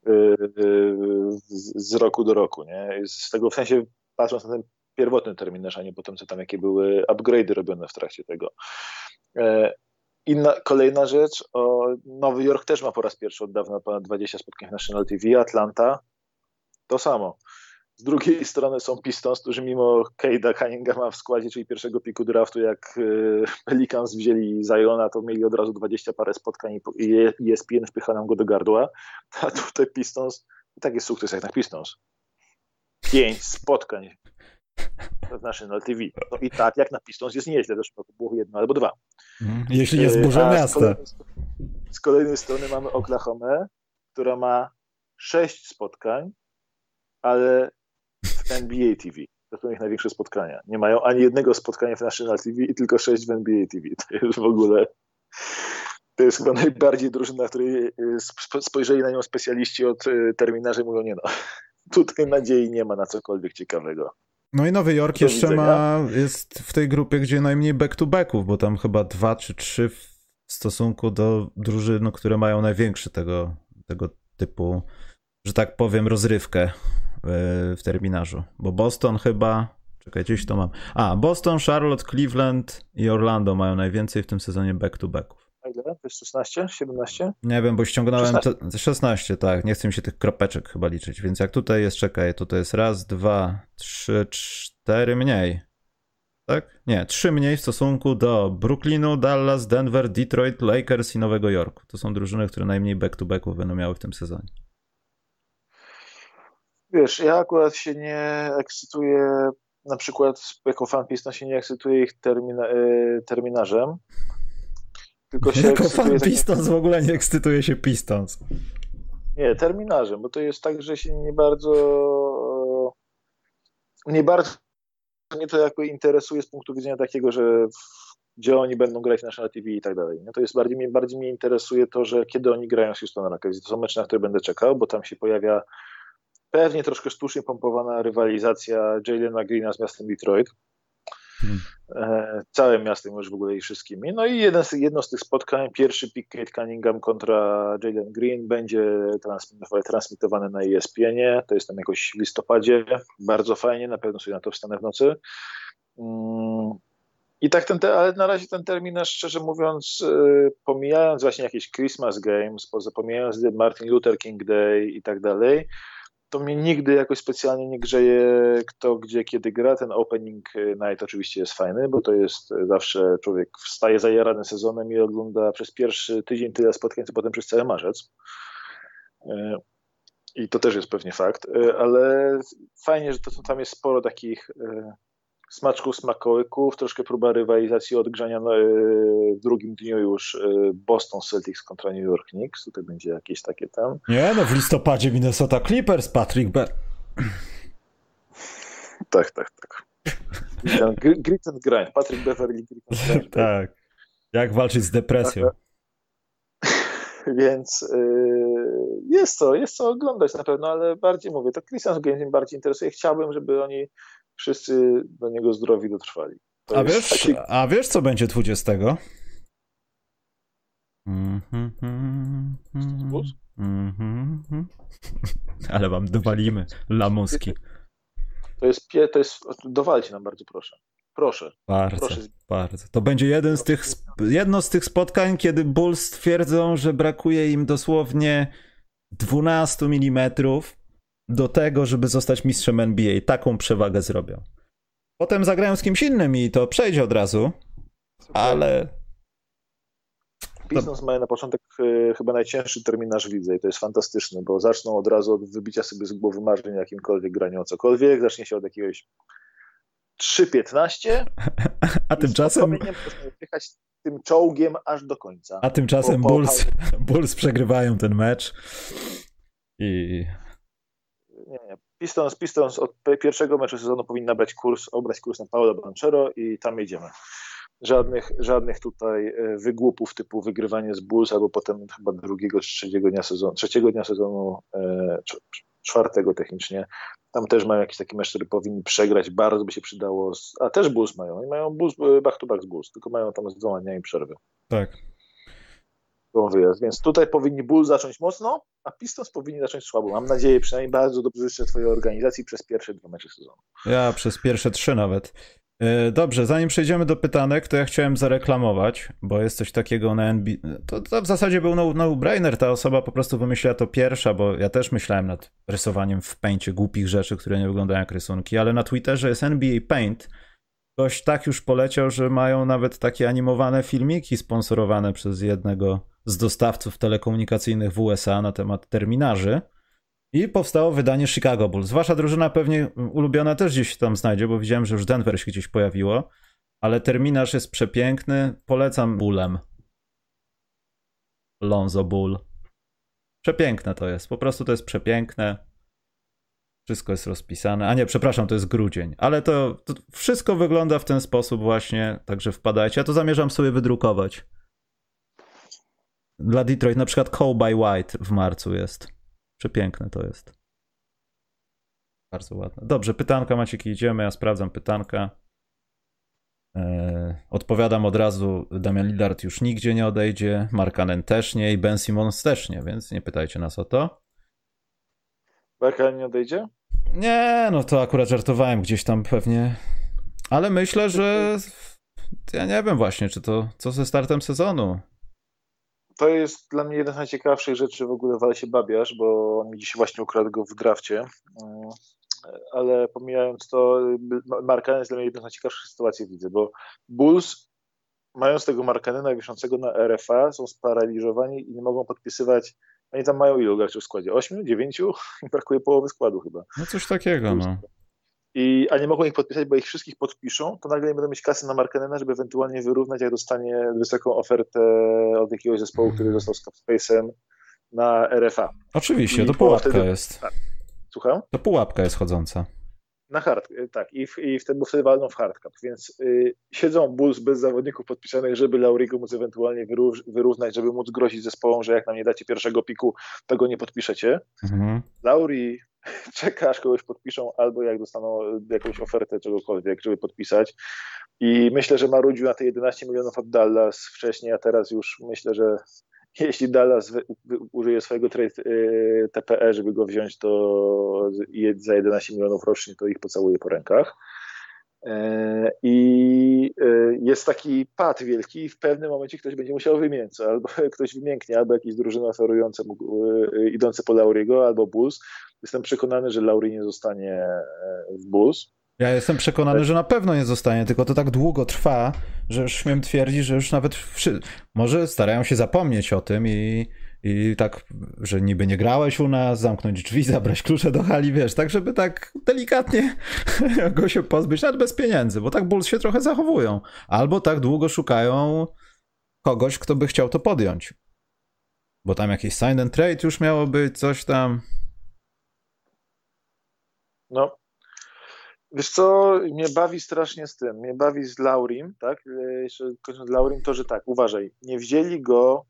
Z, z roku do roku, nie? Z tego w sensie patrząc na ten pierwotny terminarz, a nie potem co tam jakie były upgrade'y robione w trakcie tego. Inna, kolejna rzecz, o, Nowy Jork też ma po raz pierwszy od dawna ponad dwadzieścia spotkań w National T V, Atlanta to samo. Z drugiej strony są Pistons, którzy mimo Cade'a Cunninghama w składzie, czyli pierwszego piku draftu, jak Pelicans wzięli Ziona, to mieli od razu dwadzieścia parę spotkań i E S P N wpycha nam go do gardła, a tutaj Pistons, i tak jest sukces jak na Pistons. Pięć spotkań w National T V. No i tak jak na Pistons jest nieźle, zresztą to było jedno albo dwa.
Jeśli jest burza miasta.
Z kolejnej, z kolejnej strony mamy Oklahomę, która ma sześć spotkań, ale w N B A T V. To są ich największe spotkania. Nie mają ani jednego spotkania w National T V i tylko sześć w N B A T V. To jest w ogóle... To jest chyba najbardziej drużyna, której spojrzeli na nią specjaliści od terminarza i mówią, nie no, tutaj nadziei nie ma na cokolwiek ciekawego.
No i Nowy Jork jeszcze ma, jest w tej grupie, gdzie najmniej back-to-backów, bo tam chyba dwa czy trzy w stosunku do drużyn, które mają największy tego, tego typu, że tak powiem, rozrywkę w, w terminarzu. Bo Boston chyba... Czekaj, gdzieś to mam. A, Boston, Charlotte, Cleveland i Orlando mają najwięcej w tym sezonie back-to-backów.
A ile? To jest szesnaście? siedemnaście?
Nie wiem, bo ściągnąłem szesnaście, szesnaście tak. Nie chcę mi się tych kropeczek chyba liczyć. Więc jak tutaj jest, czekaj, tutaj jest raz, dwa, trzy, cztery mniej. Tak? Nie, trzy mniej w stosunku do Brooklynu, Dallas, Denver, Detroit, Lakers i Nowego Jorku. To są drużyny, które najmniej back-to-backów będą miały w tym sezonie.
Wiesz, ja akurat się nie ekscytuję, na przykład jako fan Pistons się nie ekscytuję ich termina, terminarzem. Tylko się
jako fan
takim...
Pistons w ogóle nie ekscytuje się Pistons.
Nie, terminarzem, bo to jest tak, że się nie bardzo nie bardzo mnie to jakby interesuje z punktu widzenia takiego, że gdzie oni będą grać na National T V i tak dalej. No to jest bardziej, bardziej mnie interesuje to, że kiedy oni grają z Houston Rockets. To są mecze, na które będę czekał, bo tam się pojawia pewnie troszkę sztucznie pompowana rywalizacja Jalena Greena z miastem Detroit. Hmm. E, całym miastem już w ogóle i wszystkimi. No i jeden z, jedno z tych spotkań, pierwszy pick Kate Cunningham kontra Jalen Green będzie transmitowane, transmitowane na E S P N ie. To jest tam jakoś w listopadzie. Bardzo fajnie, na pewno sobie na to wstanę w nocy. Mm. I tak ten, ale na razie ten terminarz, szczerze mówiąc, pomijając właśnie jakieś Christmas Games, poza pomijając Martin Luther King Day i tak dalej, to mnie nigdy jakoś specjalnie nie grzeje kto, gdzie, kiedy gra. Ten opening night oczywiście jest fajny, bo to jest zawsze człowiek wstaje zajarany sezonem i ogląda przez pierwszy tydzień tyle spotkań, co potem przez cały marzec. I to też jest pewnie fakt, ale fajnie, że to, to tam jest sporo takich smaczków, smakołyków, troszkę próba rywalizacji odgrzania w drugim dniu już Boston Celtics kontra New York Knicks. Tutaj będzie jakieś takie tam.
Nie, no w listopadzie Minnesota Clippers, Patrick Bear.
Tak, tak, tak. Grit and grind. Patrick Beverly, grit and grind.
Tak. Jak walczyć z depresją.
Więc yy, jest co, jest co oglądać na pewno, ale bardziej mówię, to Christian Games mnie bardziej interesuje. Chciałbym, żeby oni wszyscy do niego zdrowi dotrwali. To
a, wiesz,
taki...
a wiesz, co będzie dwudziestego? Ale wam dowalimy lamuski.
To jest, to jest, dowalcie nam bardzo proszę. Proszę.
Bardzo,
proszę.
bardzo. To będzie jeden z tych, jedno z tych spotkań, kiedy Bulls twierdzą, że brakuje im dosłownie dwanaście milimetrów do tego, żeby zostać mistrzem N B A. Taką przewagę zrobią. Potem zagrają z kimś innym i to przejdzie od razu, ale...
Pistons mają na początek y, chyba najcięższy terminarz w lidze i to jest fantastyczne, bo zaczną od razu od wybicia sobie z głowy marzeń jakimkolwiek graniu o cokolwiek, zacznie się od jakiegoś trzy piętnaście
a tymczasem
jechać tym czołgiem aż do końca.
A tymczasem po, po... Bulls, Bulls przegrywają ten mecz i...
Nie, nie. Pistons, Pistons od pierwszego meczu sezonu powinni nabrać kurs, obrać kurs na Paolo Banchero i tam jedziemy. Żadnych, żadnych tutaj wygłupów typu wygrywanie z Bulls albo potem chyba drugiego czy trzeciego dnia sezonu, trzeciego dnia sezonu, czwartego technicznie. Tam też mają jakiś taki mecz, który powinni przegrać, bardzo by się przydało, a też Bulls mają, i mają Bulls, back to back z Bulls, tylko mają tam z dwoma dniami przerwy.
Tak.
Wyjazd. Więc tutaj powinni Bulls zacząć mocno, a Pistons powinni zacząć słabo. Mam nadzieję, przynajmniej bardzo dobrze życzę twojej organizacji przez pierwsze dwa mecze sezonu.
Ja przez pierwsze trzy nawet. Dobrze, zanim przejdziemy do pytanek, to ja chciałem zareklamować, bo jest coś takiego na N B A. To, to w zasadzie był no, no-brainer, ta osoba po prostu wymyśliła to pierwsza, bo ja też myślałem nad rysowaniem w Paincie głupich rzeczy, które nie wyglądają jak rysunki, ale na Twitterze jest N B A Paint. Ktoś tak już poleciał, że mają nawet takie animowane filmiki sponsorowane przez jednego z dostawców telekomunikacyjnych w U S A na temat terminarzy. I powstało wydanie Chicago Bulls. Wasza drużyna pewnie ulubiona też gdzieś tam znajdzie, bo widziałem, że już Denver się gdzieś pojawiło. Ale terminarz jest przepiękny. Polecam Bullem. Lonzo Bull. Przepiękne to jest. Po prostu to jest przepiękne. Wszystko jest rozpisane. A nie, przepraszam, to jest grudzień. Ale to, to wszystko wygląda w ten sposób właśnie. Także wpadajcie. Ja to zamierzam sobie wydrukować. Dla Detroit na przykład Call by White w marcu jest. Przepiękne to jest. Bardzo ładne. Dobrze, pytanka Maciek, idziemy. Ja sprawdzam pytanka. Odpowiadam od razu, Damian Lillard już nigdzie nie odejdzie, Markkanen też nie i Ben Simmons też nie, więc nie pytajcie nas o to.
Markkanen nie odejdzie?
Nie, no to akurat żartowałem gdzieś tam pewnie, ale myślę, że ja nie wiem właśnie, czy to co ze startem sezonu.
To jest dla mnie jedna z najciekawszych rzeczy w ogóle w Alesie Babiarz, bo on mi dzisiaj właśnie ukradł go w drafcie. Ale pomijając to, Markkanen jest dla mnie jedną z najciekawszych sytuacji, widzę, bo Bulls, mając tego Markkanena wiszącego na R F A, są sparaliżowani i nie mogą podpisywać. Oni tam mają ilu graczy w składzie? Ośmiu? Dziewięciu? Brakuje połowy składu chyba.
No coś takiego, no.
I, a nie mogą ich podpisać, bo ich wszystkich podpiszą, to nagle nie będą mieć kasy na Markkanena, żeby ewentualnie wyrównać, jak dostanie wysoką ofertę od jakiegoś zespołu, który został z Capspace'em na R F A.
Oczywiście, I to pułapka wtedy, jest.
Tak. Słucham?
To pułapka jest chodząca.
Na hard, tak. I, w, i wtedy, bo wtedy walną w hardcap. Więc y, siedzą Bulls bez zawodników podpisanych, żeby Lauriego móc ewentualnie wyró- wyrównać, żeby móc grozić zespołom, że jak nam nie dacie pierwszego piku, to go nie podpiszecie. Mhm. Lauri czeka, aż kogoś podpiszą, albo jak dostaną jakąś ofertę czegokolwiek, żeby podpisać. I myślę, że marudził na te jedenaście milionów od Dallas wcześniej, a teraz już myślę, że jeśli Dallas wy, wy, użyje swojego trade y, T P E, żeby go wziąć to za jedenaście milionów rocznie, to ich pocałuje po rękach. E, I y, jest taki pad wielki i w pewnym momencie ktoś będzie musiał wymięknąć, albo ktoś wymięknie, albo jakieś drużyny oferujące y, idące po Lauriego, albo Bulls. Jestem przekonany, że Lauri nie zostanie w Bulls.
Ja jestem przekonany, że na pewno nie zostanie, tylko to tak długo trwa, że już śmiem twierdzić, że już nawet wszy... może starają się zapomnieć o tym i, i tak, że niby nie grałeś u nas, zamknąć drzwi, zabrać klucze do hali, wiesz, tak żeby tak delikatnie go się pozbyć, nawet bez pieniędzy, bo tak Bulls się trochę zachowują. Albo tak długo szukają kogoś, kto by chciał to podjąć. Bo tam jakiś sign and trade już miało być, coś tam.
No. Wiesz co, mnie bawi strasznie z tym, mnie bawi z Laurim, tak, jeszcze kończąc z Laurim, to, że tak, uważaj, nie wzięli go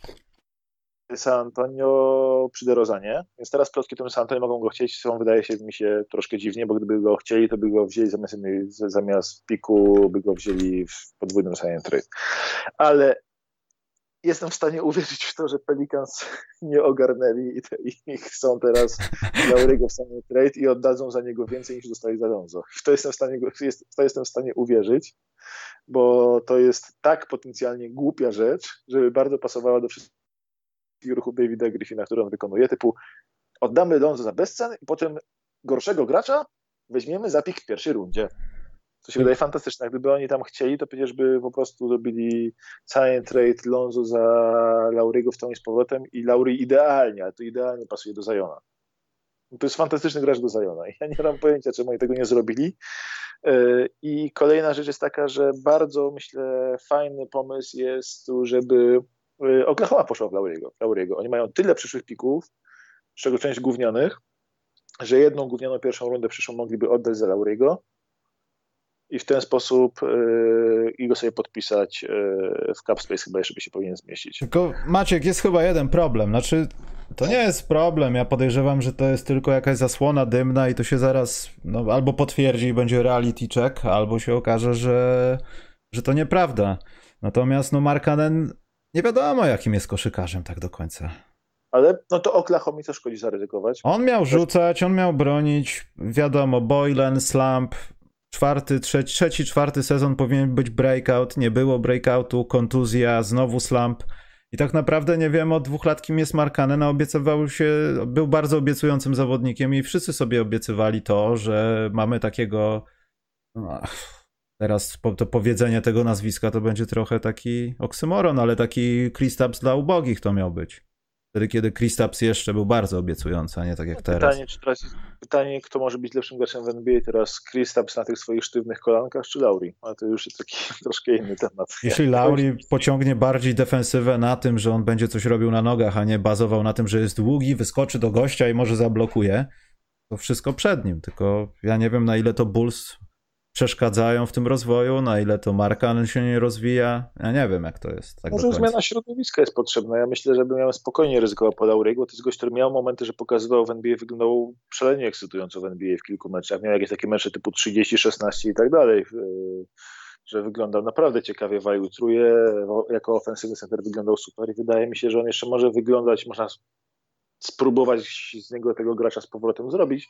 San Antonio przy DeRozanie, więc teraz plotki o tym San Antonio mogą go chcieć, są, wydaje się mi się troszkę dziwnie, bo gdyby go chcieli, to by go wzięli zamiast, zamiast piku, by go wzięli w podwójnym sign and trade, ale jestem w stanie uwierzyć w to, że Pelicans nie ogarnęli i, te, i chcą teraz Lauriego w stanie trade i oddadzą za niego więcej niż dostali za Lonzo. W to jestem w stanie, jest, w to jestem w stanie uwierzyć, bo to jest tak potencjalnie głupia rzecz, żeby bardzo pasowała do wszystkich ruchów Davida Griffina, które on wykonuje, typu oddamy Lonzo za bezcen i potem gorszego gracza weźmiemy za pik w pierwszej rundzie. To się wydaje fantastyczne. Gdyby oni tam chcieli, to przecież by po prostu zrobili sign trade Lonzo za Lauriego w tą i z powrotem i Lauri idealnie, ale to idealnie pasuje do Ziona. To jest fantastyczny gracz do Ziona i ja nie mam pojęcia, czemu oni tego nie zrobili. I kolejna rzecz jest taka, że bardzo, myślę, fajny pomysł jest tu, żeby Oklahoma poszła w Lauriego. Lauriego. Oni mają tyle przyszłych pików, z czego część gównianych, że jedną gównianą pierwszą rundę przyszłą mogliby oddać za Lauriego i w ten sposób yy, i go sobie podpisać yy, w Capspace chyba jeszcze by się powinien zmieścić.
Tylko Maciek, jest chyba jeden problem, znaczy to nie jest problem, ja podejrzewam, że to jest tylko jakaś zasłona dymna i to się zaraz no, albo potwierdzi i będzie reality check, albo się okaże, że, że to nieprawda. Natomiast no Markkanen nie wiadomo jakim jest koszykarzem tak do końca.
Ale no to Oklahomie co szkodzi zaryzykować?
On miał rzucać, on miał bronić, wiadomo, Boylen, Slump, czwarty, trzeci, trzeci, czwarty sezon powinien być breakout, nie było breakoutu, kontuzja, znowu slump i tak naprawdę nie wiem od dwóch lat kim jest Markkanen, a obiecywał się, był bardzo obiecującym zawodnikiem i wszyscy sobie obiecywali to, że mamy takiego no, teraz to powiedzenie tego nazwiska to będzie trochę taki oksymoron, ale taki Kristaps dla ubogich to miał być. Wtedy, kiedy Kristaps jeszcze był bardzo obiecujący, a nie tak jak
pytanie,
teraz.
Czy teraz jest pytanie, kto może być lepszym graczem w N B A teraz, Kristaps na tych swoich sztywnych kolankach, czy Lauri? Ale to już jest taki troszkę inny temat.
Jeśli Lauri pociągnie bardziej defensywę na tym, że on będzie coś robił na nogach, a nie bazował na tym, że jest długi, wyskoczy do gościa i może zablokuje, to wszystko przed nim. Tylko ja nie wiem, na ile to Bulls przeszkadzają w tym rozwoju, na ile to Markkanen się nie rozwija. Ja nie wiem, jak to jest. Tak
Może zmiana środowiska jest potrzebna. Ja myślę, że bym miał spokojnie ryzykował po Lauriego. To jest gość, który miał momenty, że pokazywał w N B A, wyglądał szalenie ekscytująco w N B A w kilku meczach. Miał jakieś takie mecze typu trzydzieści szesnaście i tak dalej. że wyglądał naprawdę ciekawie w Truje, jako ofensywny center wyglądał super i wydaje mi się, że on jeszcze może wyglądać, można spróbować z niego tego gracza z powrotem zrobić.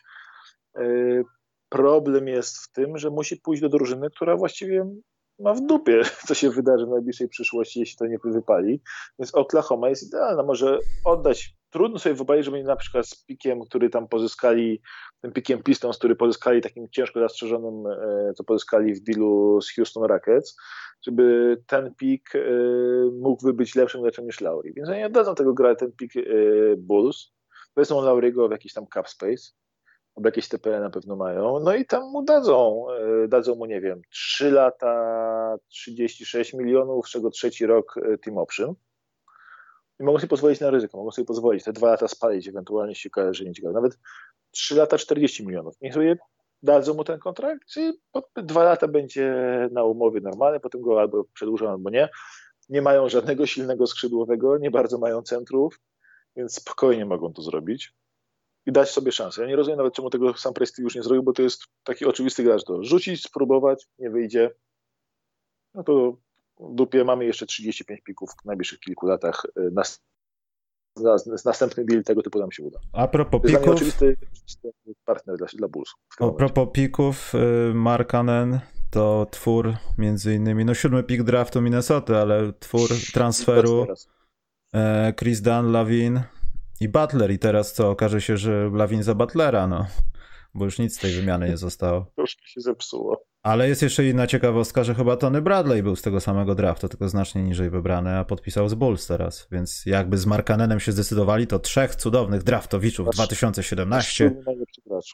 Problem jest w tym, że musi pójść do drużyny, która właściwie ma w dupie, co się wydarzy w najbliższej przyszłości, jeśli to nie wypali. Więc Oklahoma jest idealna. Może oddać, trudno sobie wyobrazić, żeby na przykład z pikiem, który tam pozyskali, tym pikiem Pistons, który pozyskali takim ciężko zastrzeżonym, co pozyskali w dealu z Houston Rockets, żeby ten pik mógłby być lepszym graczem niż Lowry. Więc oni oddadzą tego gra, ten pik Bulls, wezmą Lowry'ego w jakiś tam cap space, albo jakieś T P na pewno mają, no i tam mu dadzą, dadzą mu, nie wiem, trzy lata, trzydzieści sześć milionów, z czego trzeci rok team option. I mogą sobie pozwolić na ryzyko, mogą sobie pozwolić te dwa lata spalić, ewentualnie się okaże, że nie ciekawe. Nawet trzy lata, czterdzieści milionów. Niech sobie dadzą mu ten kontrakt, czyli dwa lata będzie na umowie normalnej, potem go albo przedłużą, albo nie. Nie mają żadnego silnego skrzydłowego, nie bardzo mają centrów, więc spokojnie mogą to zrobić i dać sobie szansę. Ja nie rozumiem nawet, czemu tego sam Presti już nie zrobił, bo to jest taki oczywisty gracz, to rzucić, spróbować, nie wyjdzie. No to w dupie mamy jeszcze trzydzieści pięć pików w najbliższych kilku latach. Nas, nas, następny deal tego typu nam się uda.
A propos
to jest
pików...
oczywisty, oczywisty partner dla, dla Bullsów.
A propos pików, Markkanen to twór między innymi, no siódmy pik draftu Minnesota, ale twór transferu Chris Dunn, Lavin i Butler. I teraz co? Okaże się, że Lavin za Butlera, no. Bo już nic z tej wymiany nie zostało.
Troszkę się zepsuło.
Ale jest jeszcze inna ciekawostka, że chyba Tony Bradley był z tego samego draftu, tylko znacznie niżej wybrany, a podpisał z Bulls teraz. Więc jakby z Markkanenem się zdecydowali, to trzech cudownych draftowiczów dwa tysiące siedemnaście.
To najlepszy gracz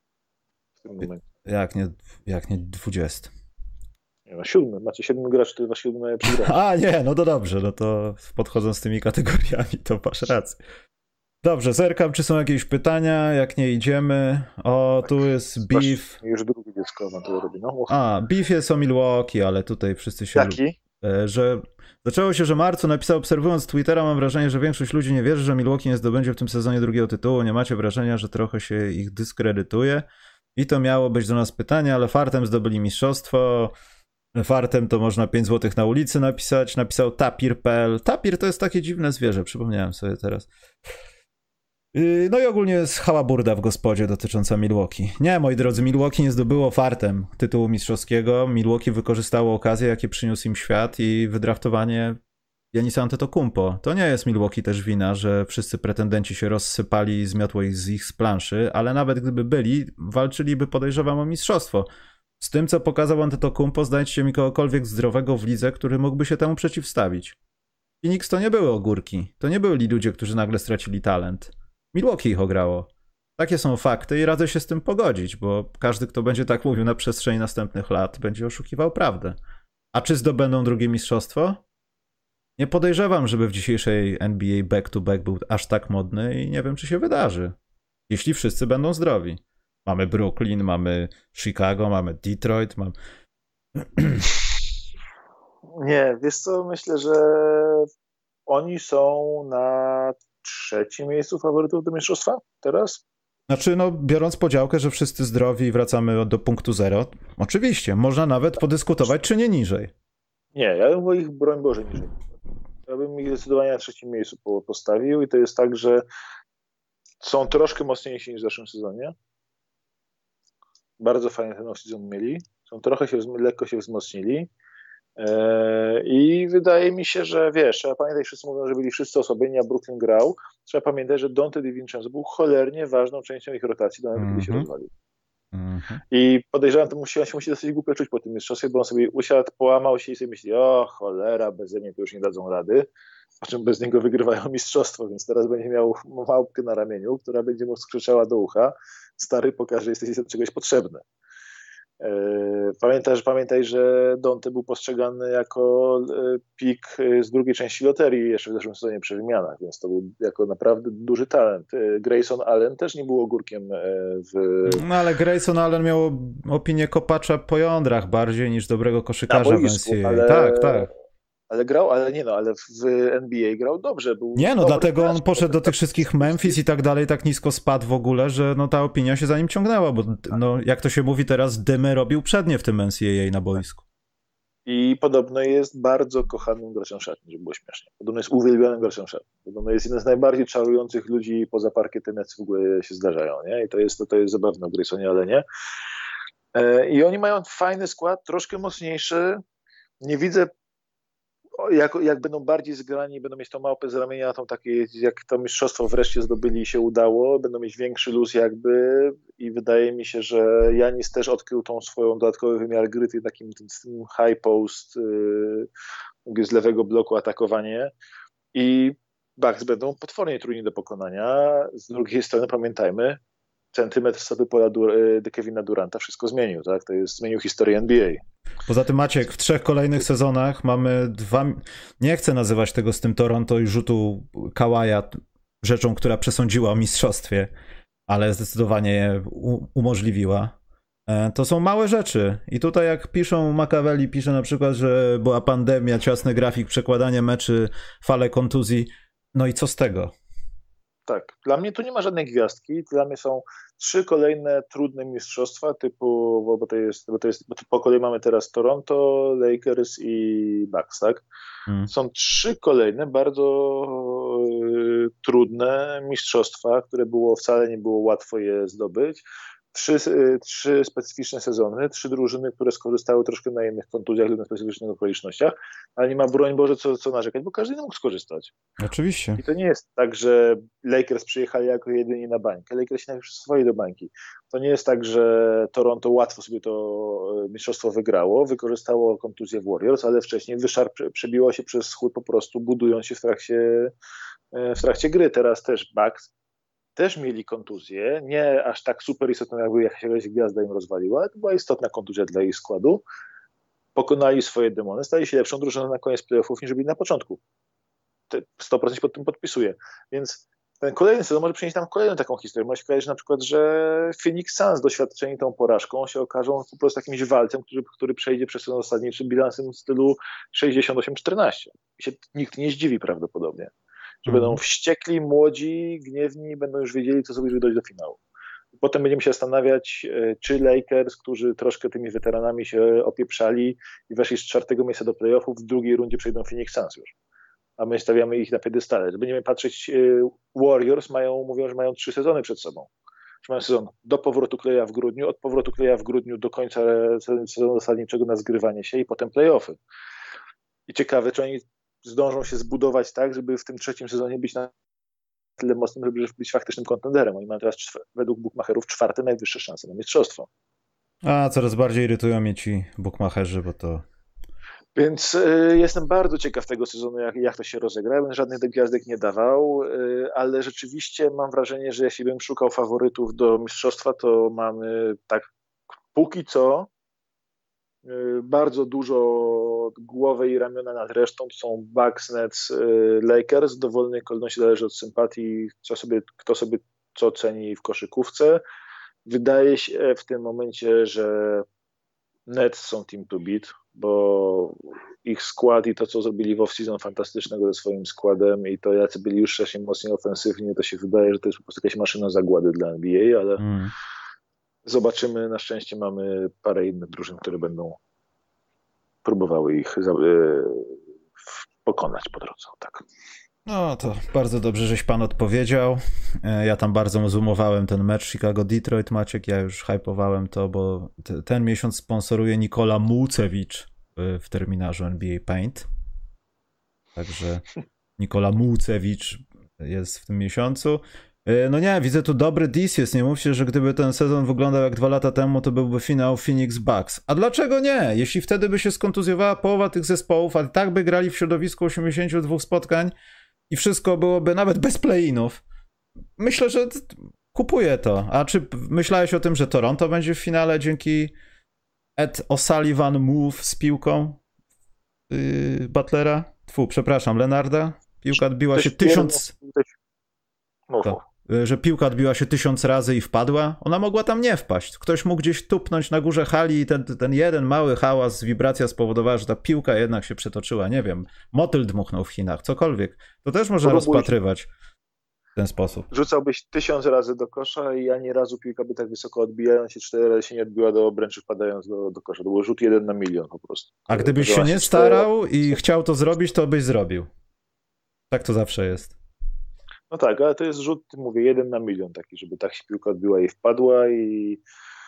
w tym momencie.
Jak nie, jak nie dwudziesty.
Nie, no siódmy. Macie siedmiu graczy, to jest wasz siódmy najlepszy gracz.
A nie, no to dobrze, no to podchodząc z tymi kategoriami, to masz rację. Dobrze, zerkam, czy są jakieś pytania, jak nie idziemy. O, tak, tu jest Beef.
Już drugie dziecko na to robi. No.
A, Beef jest o Milwaukee, ale tutaj wszyscy się...
Jaki?
Że zaczęło się, że Marcu napisał, obserwując Twittera, mam wrażenie, że większość ludzi nie wierzy, że Milwaukee nie zdobędzie w tym sezonie drugiego tytułu. Nie macie wrażenia, że trochę się ich dyskredytuje? I to miało być do nas pytanie, ale fartem zdobyli mistrzostwo. Fartem to można pięć złotych na ulicy napisać. Napisał tapir kropka p l. Tapir to jest takie dziwne zwierzę, przypomniałem sobie teraz. No i ogólnie jest hałaburda w gospodzie dotycząca Milwaukee. Nie, moi drodzy, Milwaukee nie zdobyło fartem tytułu mistrzowskiego. Milwaukee wykorzystało okazję, jakie przyniósł im świat i wydraftowanie Giannisa Antetokounmpo. To nie jest Milwaukee też wina, że wszyscy pretendenci się rozsypali i zmiotło ich z ich z planszy, ale nawet gdyby byli, walczyliby, podejrzewam, o mistrzostwo. Z tym, co pokazał Antetokounmpo, znajdźcie mi kogokolwiek zdrowego w lidze, który mógłby się temu przeciwstawić. Phoenix to nie były ogórki. To nie byli ludzie, którzy nagle stracili talent. Milwaukee ich ograło. Takie są fakty i radzę się z tym pogodzić, bo każdy, kto będzie tak mówił na przestrzeni następnych lat, będzie oszukiwał prawdę. A czy zdobędą drugie mistrzostwo? Nie podejrzewam, żeby w dzisiejszej N B A back-to-back był aż tak modny i nie wiem, czy się wydarzy. Jeśli wszyscy będą zdrowi. Mamy Brooklyn, mamy Chicago, mamy Detroit, mamy...
Nie, wiesz co, myślę, że oni są na trzecim miejscu faworytów do mistrzostwa teraz?
Znaczy, no, biorąc podziałkę, że wszyscy zdrowi i wracamy do punktu zero, oczywiście, można nawet podyskutować, czy nie niżej.
Nie, ja bym ich, broń Boże, niżej. Ja bym ich zdecydowanie na trzecim miejscu postawił i to jest tak, że są troszkę mocniejsi niż w zeszłym sezonie. Bardzo fajnie ten off-season mieli. Są trochę się, lekko się wzmocnili. I wydaje mi się, że wiesz, trzeba pamiętać, wszyscy mówią, że byli wszyscy osłabieni, a Brooklyn grał. Trzeba pamiętać, że Dante DiVincenzo był cholernie ważną częścią ich rotacji, do nawet mm-hmm. kiedy się rozwalił. Mm-hmm. I podejrzewam, to musi, on się musi dosyć głupio czuć po tym mistrzostwie, bo on sobie usiadł, połamał się i sobie myśli, o cholera, beze mnie to już nie dadzą rady, po czym bez niego wygrywają mistrzostwo, więc teraz będzie miał małpkę na ramieniu, która będzie mu skrzyczała do ucha, stary, pokaże, że jesteś do czegoś potrzebny. Pamiętaj, że, pamiętaj, że Dante był postrzegany jako pik z drugiej części loterii jeszcze w zeszłym sezonie przy wymianach, więc to był jako naprawdę duży talent. Grayson Allen też nie był ogórkiem w...
No ale Grayson Allen miał opinię kopacza po jądrach bardziej niż dobrego koszykarza w N C A A. Ale... Tak, tak.
Ale grał, ale nie no, ale w N B A grał dobrze. Był
nie no, dlatego on poszedł do tych wszystkich Memphis i tak dalej, tak nisko spadł w ogóle, że no ta opinia się za nim ciągnęła, bo no jak to się mówi teraz, dymy robił przednie w tym N C A A na boisku.
I podobno jest bardzo kochanym graczem szatni, żeby było śmiesznie. Podobno jest uwielbianym graczem szatni. Podobno jest jeden z najbardziej czarujących ludzi poza parkietem, jacy w ogóle się zdarzają. Nie? I to jest, to, to jest zabawne w Graysonie, ale nie. E, I oni mają fajny skład, troszkę mocniejszy. Nie widzę, jak, jak będą bardziej zgrani, będą mieć tą małpę z ramienia, tą takie, jak to mistrzostwo wreszcie zdobyli i się udało, będą mieć większy luz jakby i wydaje mi się, że Janis też odkrył tą swoją dodatkowy wymiar gry, takim tym, tym high post yy, z lewego bloku atakowanie i Bucks będą potwornie trudni do pokonania. Z drugiej strony pamiętajmy, centymetr sobie pola Dur- Kevina Duranta wszystko zmienił, tak? To jest, zmienił historię N B A.
Poza tym Maciek, w trzech kolejnych sezonach mamy dwa, nie chcę nazywać tego z tym Toronto i rzutu Kawaja rzeczą, która przesądziła o mistrzostwie, ale zdecydowanie je umożliwiła. To są małe rzeczy i tutaj jak piszą, Machiavelli pisze na przykład, że była pandemia, ciasny grafik, przekładanie meczy, fale kontuzji, no i co z tego?
Tak, dla mnie tu nie ma żadnej gwiazdki, dla mnie są trzy kolejne trudne mistrzostwa typu, bo to jest, bo to jest, bo to po kolei mamy teraz Toronto, Lakers i Bucks, tak? Hmm. Są trzy kolejne bardzo y, trudne mistrzostwa, które było, wcale nie było łatwo je zdobyć. Trzy, trzy specyficzne sezony, trzy drużyny, które skorzystały troszkę na innych kontuzjach lub na specyficznych okolicznościach, ale nie ma, broń Boże, co, co narzekać, bo każdy nie mógł skorzystać.
Oczywiście.
I to nie jest tak, że Lakers przyjechali jako jedyni na bańkę. Lakers się swoi do bańki. To nie jest tak, że Toronto łatwo sobie to mistrzostwo wygrało, wykorzystało kontuzję Warriors, ale wcześniej wyszar, przebiło się przez schód po prostu, budując się w trakcie, w trakcie gry. Teraz też Bucks też mieli kontuzję, nie aż tak super istotną, jakby jakaś gwiazda im rozwaliła, ale to była istotna kontuzja dla ich składu. Pokonali swoje demony, stali się lepszą drużyną na koniec playoffów niż byli na początku. sto procent pod tym podpisuję. Więc ten kolejny sezon może przynieść nam kolejną taką historię. Może się okazać, że na przykład, że Phoenix Suns doświadczeni tą porażką się okażą po prostu jakimś walcem, który, który przejdzie przez sezon zasadniczy bilansem w stylu sześćdziesiąt osiem czternaście. I się nikt nie zdziwi prawdopodobnie. Że mm. będą wściekli, młodzi, gniewni, będą już wiedzieli, co zrobić, żeby dojść do finału. Potem będziemy się zastanawiać, czy Lakers, którzy troszkę tymi weteranami się opieprzali i weszli z czwartego miejsca do playoffów, w drugiej rundzie przejdą Phoenix Suns już. A my stawiamy ich na piedestale. Będziemy patrzeć, Warriors mają, mówią, że mają trzy sezony przed sobą. Że mają sezon do powrotu Kleja w grudniu, od powrotu Kleja w grudniu do końca sezonu zasadniczego na zgrywanie się i potem playoffy. I ciekawe, czy oni zdążą się zbudować tak, żeby w tym trzecim sezonie być na tyle mocnym, żeby być faktycznym kontenderem. Oni mają teraz według bookmacherów czwarte najwyższe szanse na mistrzostwo.
A, coraz bardziej irytują mnie ci bookmacherzy, bo to...
Więc y, jestem bardzo ciekaw tego sezonu, jak, jak to się rozegra. Ja bym żadnych gwiazdek nie dawał, y, ale rzeczywiście mam wrażenie, że jeśli bym szukał faworytów do mistrzostwa, to mamy tak póki co y, bardzo dużo głowy i ramiona nad resztą. To są Bucks, Nets, y, Lakers. W dowolnej kolejności zależy od sympatii, co sobie, kto sobie co ceni w koszykówce. Wydaje się w tym momencie, że Nets są team to beat, bo ich skład i to, co zrobili w off-season fantastycznego ze swoim składem i to, jacy byli już wcześniej mocniej ofensywnie, to się wydaje, że to jest po prostu jakaś maszyna zagłady dla N B A, ale mm. zobaczymy. Na szczęście mamy parę innych drużyn, które będą próbowały ich pokonać po drodze. Tak.
No to bardzo dobrze, żeś pan odpowiedział. Ja tam bardzo zoomowałem ten mecz Chicago-Detroit, Maciek, ja już hypowałem to, bo t- ten miesiąc sponsoruje Nikola Mułcewicz w terminarzu N B A Paint. Także Nikola Mułcewicz jest w tym miesiącu. No nie, widzę tu dobry dis jest, nie mówcie, że gdyby ten sezon wyglądał jak dwa lata temu, to byłby finał Phoenix Bucks. A dlaczego nie? Jeśli wtedy by się skontuzjowała połowa tych zespołów, a tak by grali w środowisku osiemdziesięciu dwóch spotkań, i wszystko byłoby nawet bez play-inów. Myślę, że kupuję to. A czy myślałeś o tym, że Toronto będzie w finale dzięki Ed O'Sullivan move z piłką yy, Butlera? Tfu, przepraszam, Leonarda? Piłka odbiła się tysiąc... To, że piłka odbiła się tysiąc razy i wpadła. Ona mogła tam nie wpaść. Ktoś mógł gdzieś tupnąć na górze hali i ten, ten jeden mały hałas, wibracja spowodowała, że ta piłka jednak się przetoczyła. Nie wiem, motyl dmuchnął w Chinach, cokolwiek. To też można
Próbuj
rozpatrywać. ten sposób.
Rzucałbyś tysiąc razy do kosza i ani razu piłka by tak wysoko odbijając się, cztery razy się nie odbiła do obręczy wpadając do, do kosza. To był rzut jeden na milion po prostu.
A gdybyś się nie starał i chciał to zrobić, to byś zrobił. Tak to zawsze jest.
No tak, ale to jest rzut, mówię, jeden na milion taki, żeby tak się piłka odbiła i wpadła i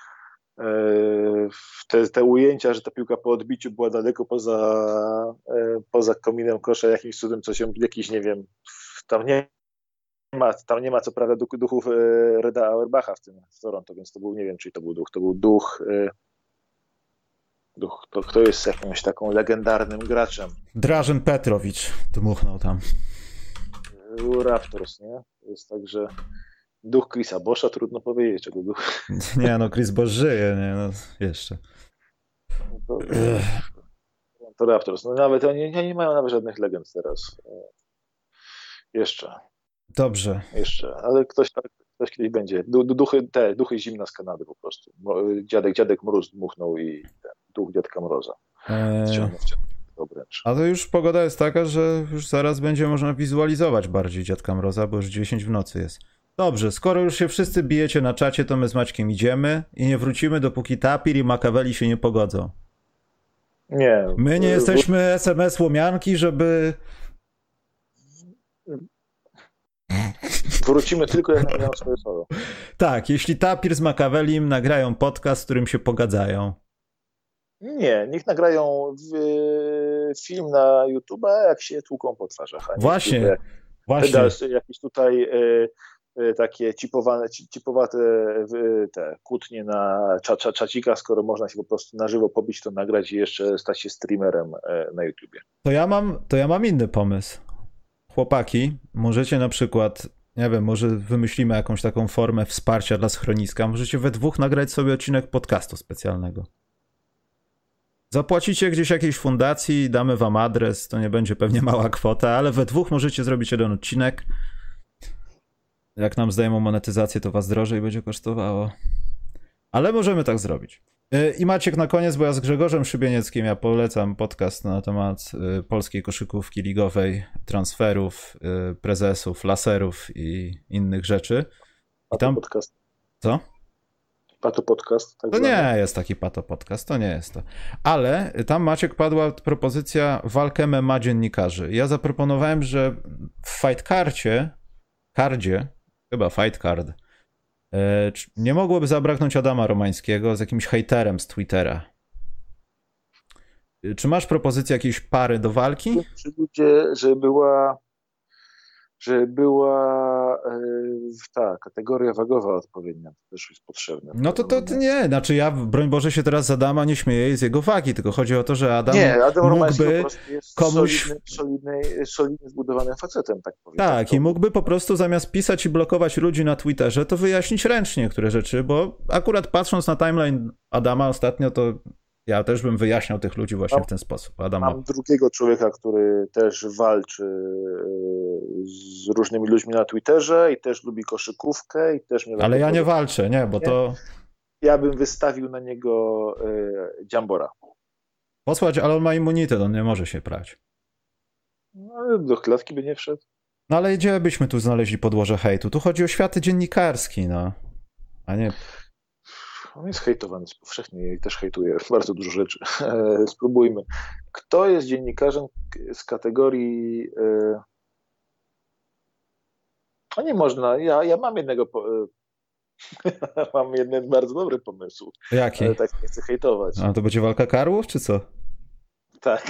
te, te ujęcia, że ta piłka po odbiciu była daleko poza, poza kominem kosza jakimś cudem, co się jakiś, nie wiem, tam nie ma, tam nie ma co prawda duch, duchów Reda Auerbacha w tym w Toronto, więc to był, nie wiem, czy to był duch, to był duch, duch to, kto jest jakimś taką legendarnym graczem?
Drażen Petrowicz dmuchnął tam.
Raptors, nie? To jest tak, że duch Chrisa Boscha, trudno powiedzieć, czego duch.
Nie, no Chris Bosh żyje, nie, no jeszcze.
To, to Raptors. No nawet oni, oni nie mają nawet żadnych legend teraz. Jeszcze.
Dobrze.
Jeszcze, ale ktoś, ktoś kiedyś będzie. Du, duchy, te duchy zimna z Kanady po prostu. Dziadek, dziadek Mróz dmuchnął i ten duch dziadka Mroza.
Eee... A to już pogoda jest taka, że już zaraz będzie można wizualizować bardziej dziadka Mroza, bo już dziesięć w nocy jest. Dobrze, skoro już się wszyscy bijecie na czacie, to my z Maćkiem idziemy i nie wrócimy, dopóki Tapir i Makaweli się nie pogodzą.
Nie.
My nie jesteśmy S M S łomianki, żeby...
Wrócimy tylko, jak nagrają swoje solo.
Tak, jeśli Tapir z Makawelim nagrają podcast, w którym się pogadzają.
Nie, niech nagrają w, film na YouTube, jak się tłuką po twarzach. A
właśnie,
tutaj,
właśnie.
Jakieś tutaj y, y, takie chipowane, chipowate y, te kłótnie na cza, cza, czacika, skoro można się po prostu na żywo pobić, to nagrać i jeszcze stać się streamerem y, na YouTubie.
To ja mam, to ja mam inny pomysł. Chłopaki, możecie na przykład, nie wiem, może wymyślimy jakąś taką formę wsparcia dla schroniska, możecie we dwóch nagrać sobie odcinek podcastu specjalnego. Zapłacicie gdzieś jakiejś fundacji, damy wam adres, to nie będzie pewnie mała kwota, ale we dwóch możecie zrobić jeden odcinek. Jak nam zdejmą monetyzację, to was drożej będzie kosztowało. Ale możemy tak zrobić. I Maciek na koniec, bo ja z Grzegorzem Szybienieckim, ja polecam podcast na temat polskiej koszykówki ligowej, transferów, prezesów, laserów i innych rzeczy. I tam...
podcast.
Co?
Pato podcast. Tak
to nie jest taki pato podcast, to nie jest to. Ale tam, Maciek, padła propozycja walk M M A dziennikarzy. Ja zaproponowałem, że w Fight Cardzie, Cardzie, chyba Fight Card, nie mogłoby zabraknąć Adama Romańskiego z jakimś hejterem z Twittera. Czy masz propozycję jakiejś pary do walki?
Czy ludzie, że była że była e, ta kategoria wagowa odpowiednia, to też jest potrzebne.
No to, to, to nie, znaczy ja, broń Boże, się teraz z Adama nie śmieję z jego wagi, tylko chodzi o to, że Adam
nie, Adam
mógłby
po prostu jest
komuś...
solidny, solidny, solidnie zbudowanym facetem, tak powiem.
Tak, i mógłby po prostu zamiast pisać i blokować ludzi na Twitterze, to wyjaśnić ręcznie niektóre rzeczy, bo akurat patrząc na timeline Adama ostatnio, to ja też bym wyjaśniał tych ludzi właśnie
mam,
w ten sposób. Adam
mam
ma...
drugiego człowieka, który też walczy z różnymi ludźmi na Twitterze i też lubi koszykówkę i też mnie...
Ale ja nie walczę, nie, bo
nie?
to...
Ja bym wystawił na niego y, Dziambora.
Posłać, ale on ma immunitet, on nie może się prać.
No, do klatki by nie wszedł.
No ale gdzie byśmy tu znaleźli podłoże hejtu? Tu chodzi o świat dziennikarski, no. A nie...
On jest hejtowany powszechnie i też hejtuje bardzo dużo rzeczy. Spróbujmy. Kto jest dziennikarzem z kategorii... Y... No nie można. Ja, ja mam jednego... Po... mam jeden bardzo dobry pomysł.
Jaki?
Ale tak nie chcę hejtować.
A to będzie walka karłów, czy co?
Tak.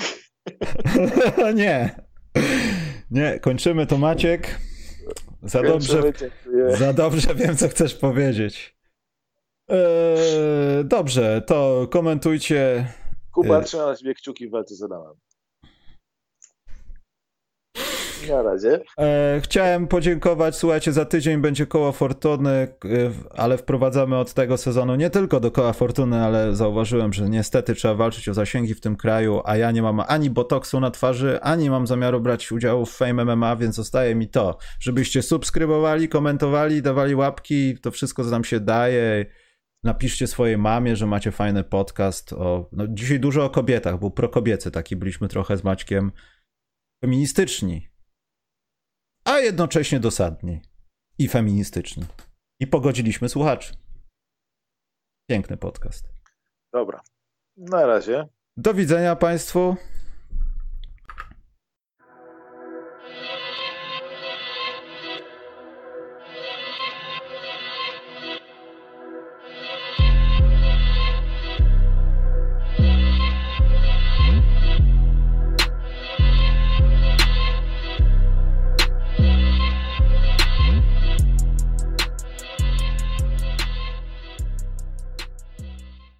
Nie. Nie, kończymy to, Maciek. Za dobrze, za dobrze wiem, co chcesz powiedzieć. Eee, dobrze, to komentujcie.
Kuba, trzyma na siebie kciuki w walce z Adamem. Na razie.
E, chciałem podziękować, słuchajcie, za tydzień będzie Koło Fortuny, ale wprowadzamy od tego sezonu nie tylko do Koła Fortuny, ale zauważyłem, że niestety trzeba walczyć o zasięgi w tym kraju, a ja nie mam ani botoksu na twarzy, ani mam zamiaru brać udziału w Fame M M A, więc zostaje mi to, żebyście subskrybowali, komentowali, dawali łapki, to wszystko, co nam się daje. Napiszcie swojej mamie, że macie fajny podcast. O, no dzisiaj dużo o kobietach, był prokobiecy taki, byliśmy trochę z Maćkiem feministyczni, a jednocześnie dosadni. I feministyczni. I pogodziliśmy słuchaczy. Piękny podcast.
Dobra. Na razie.
Do widzenia Państwu.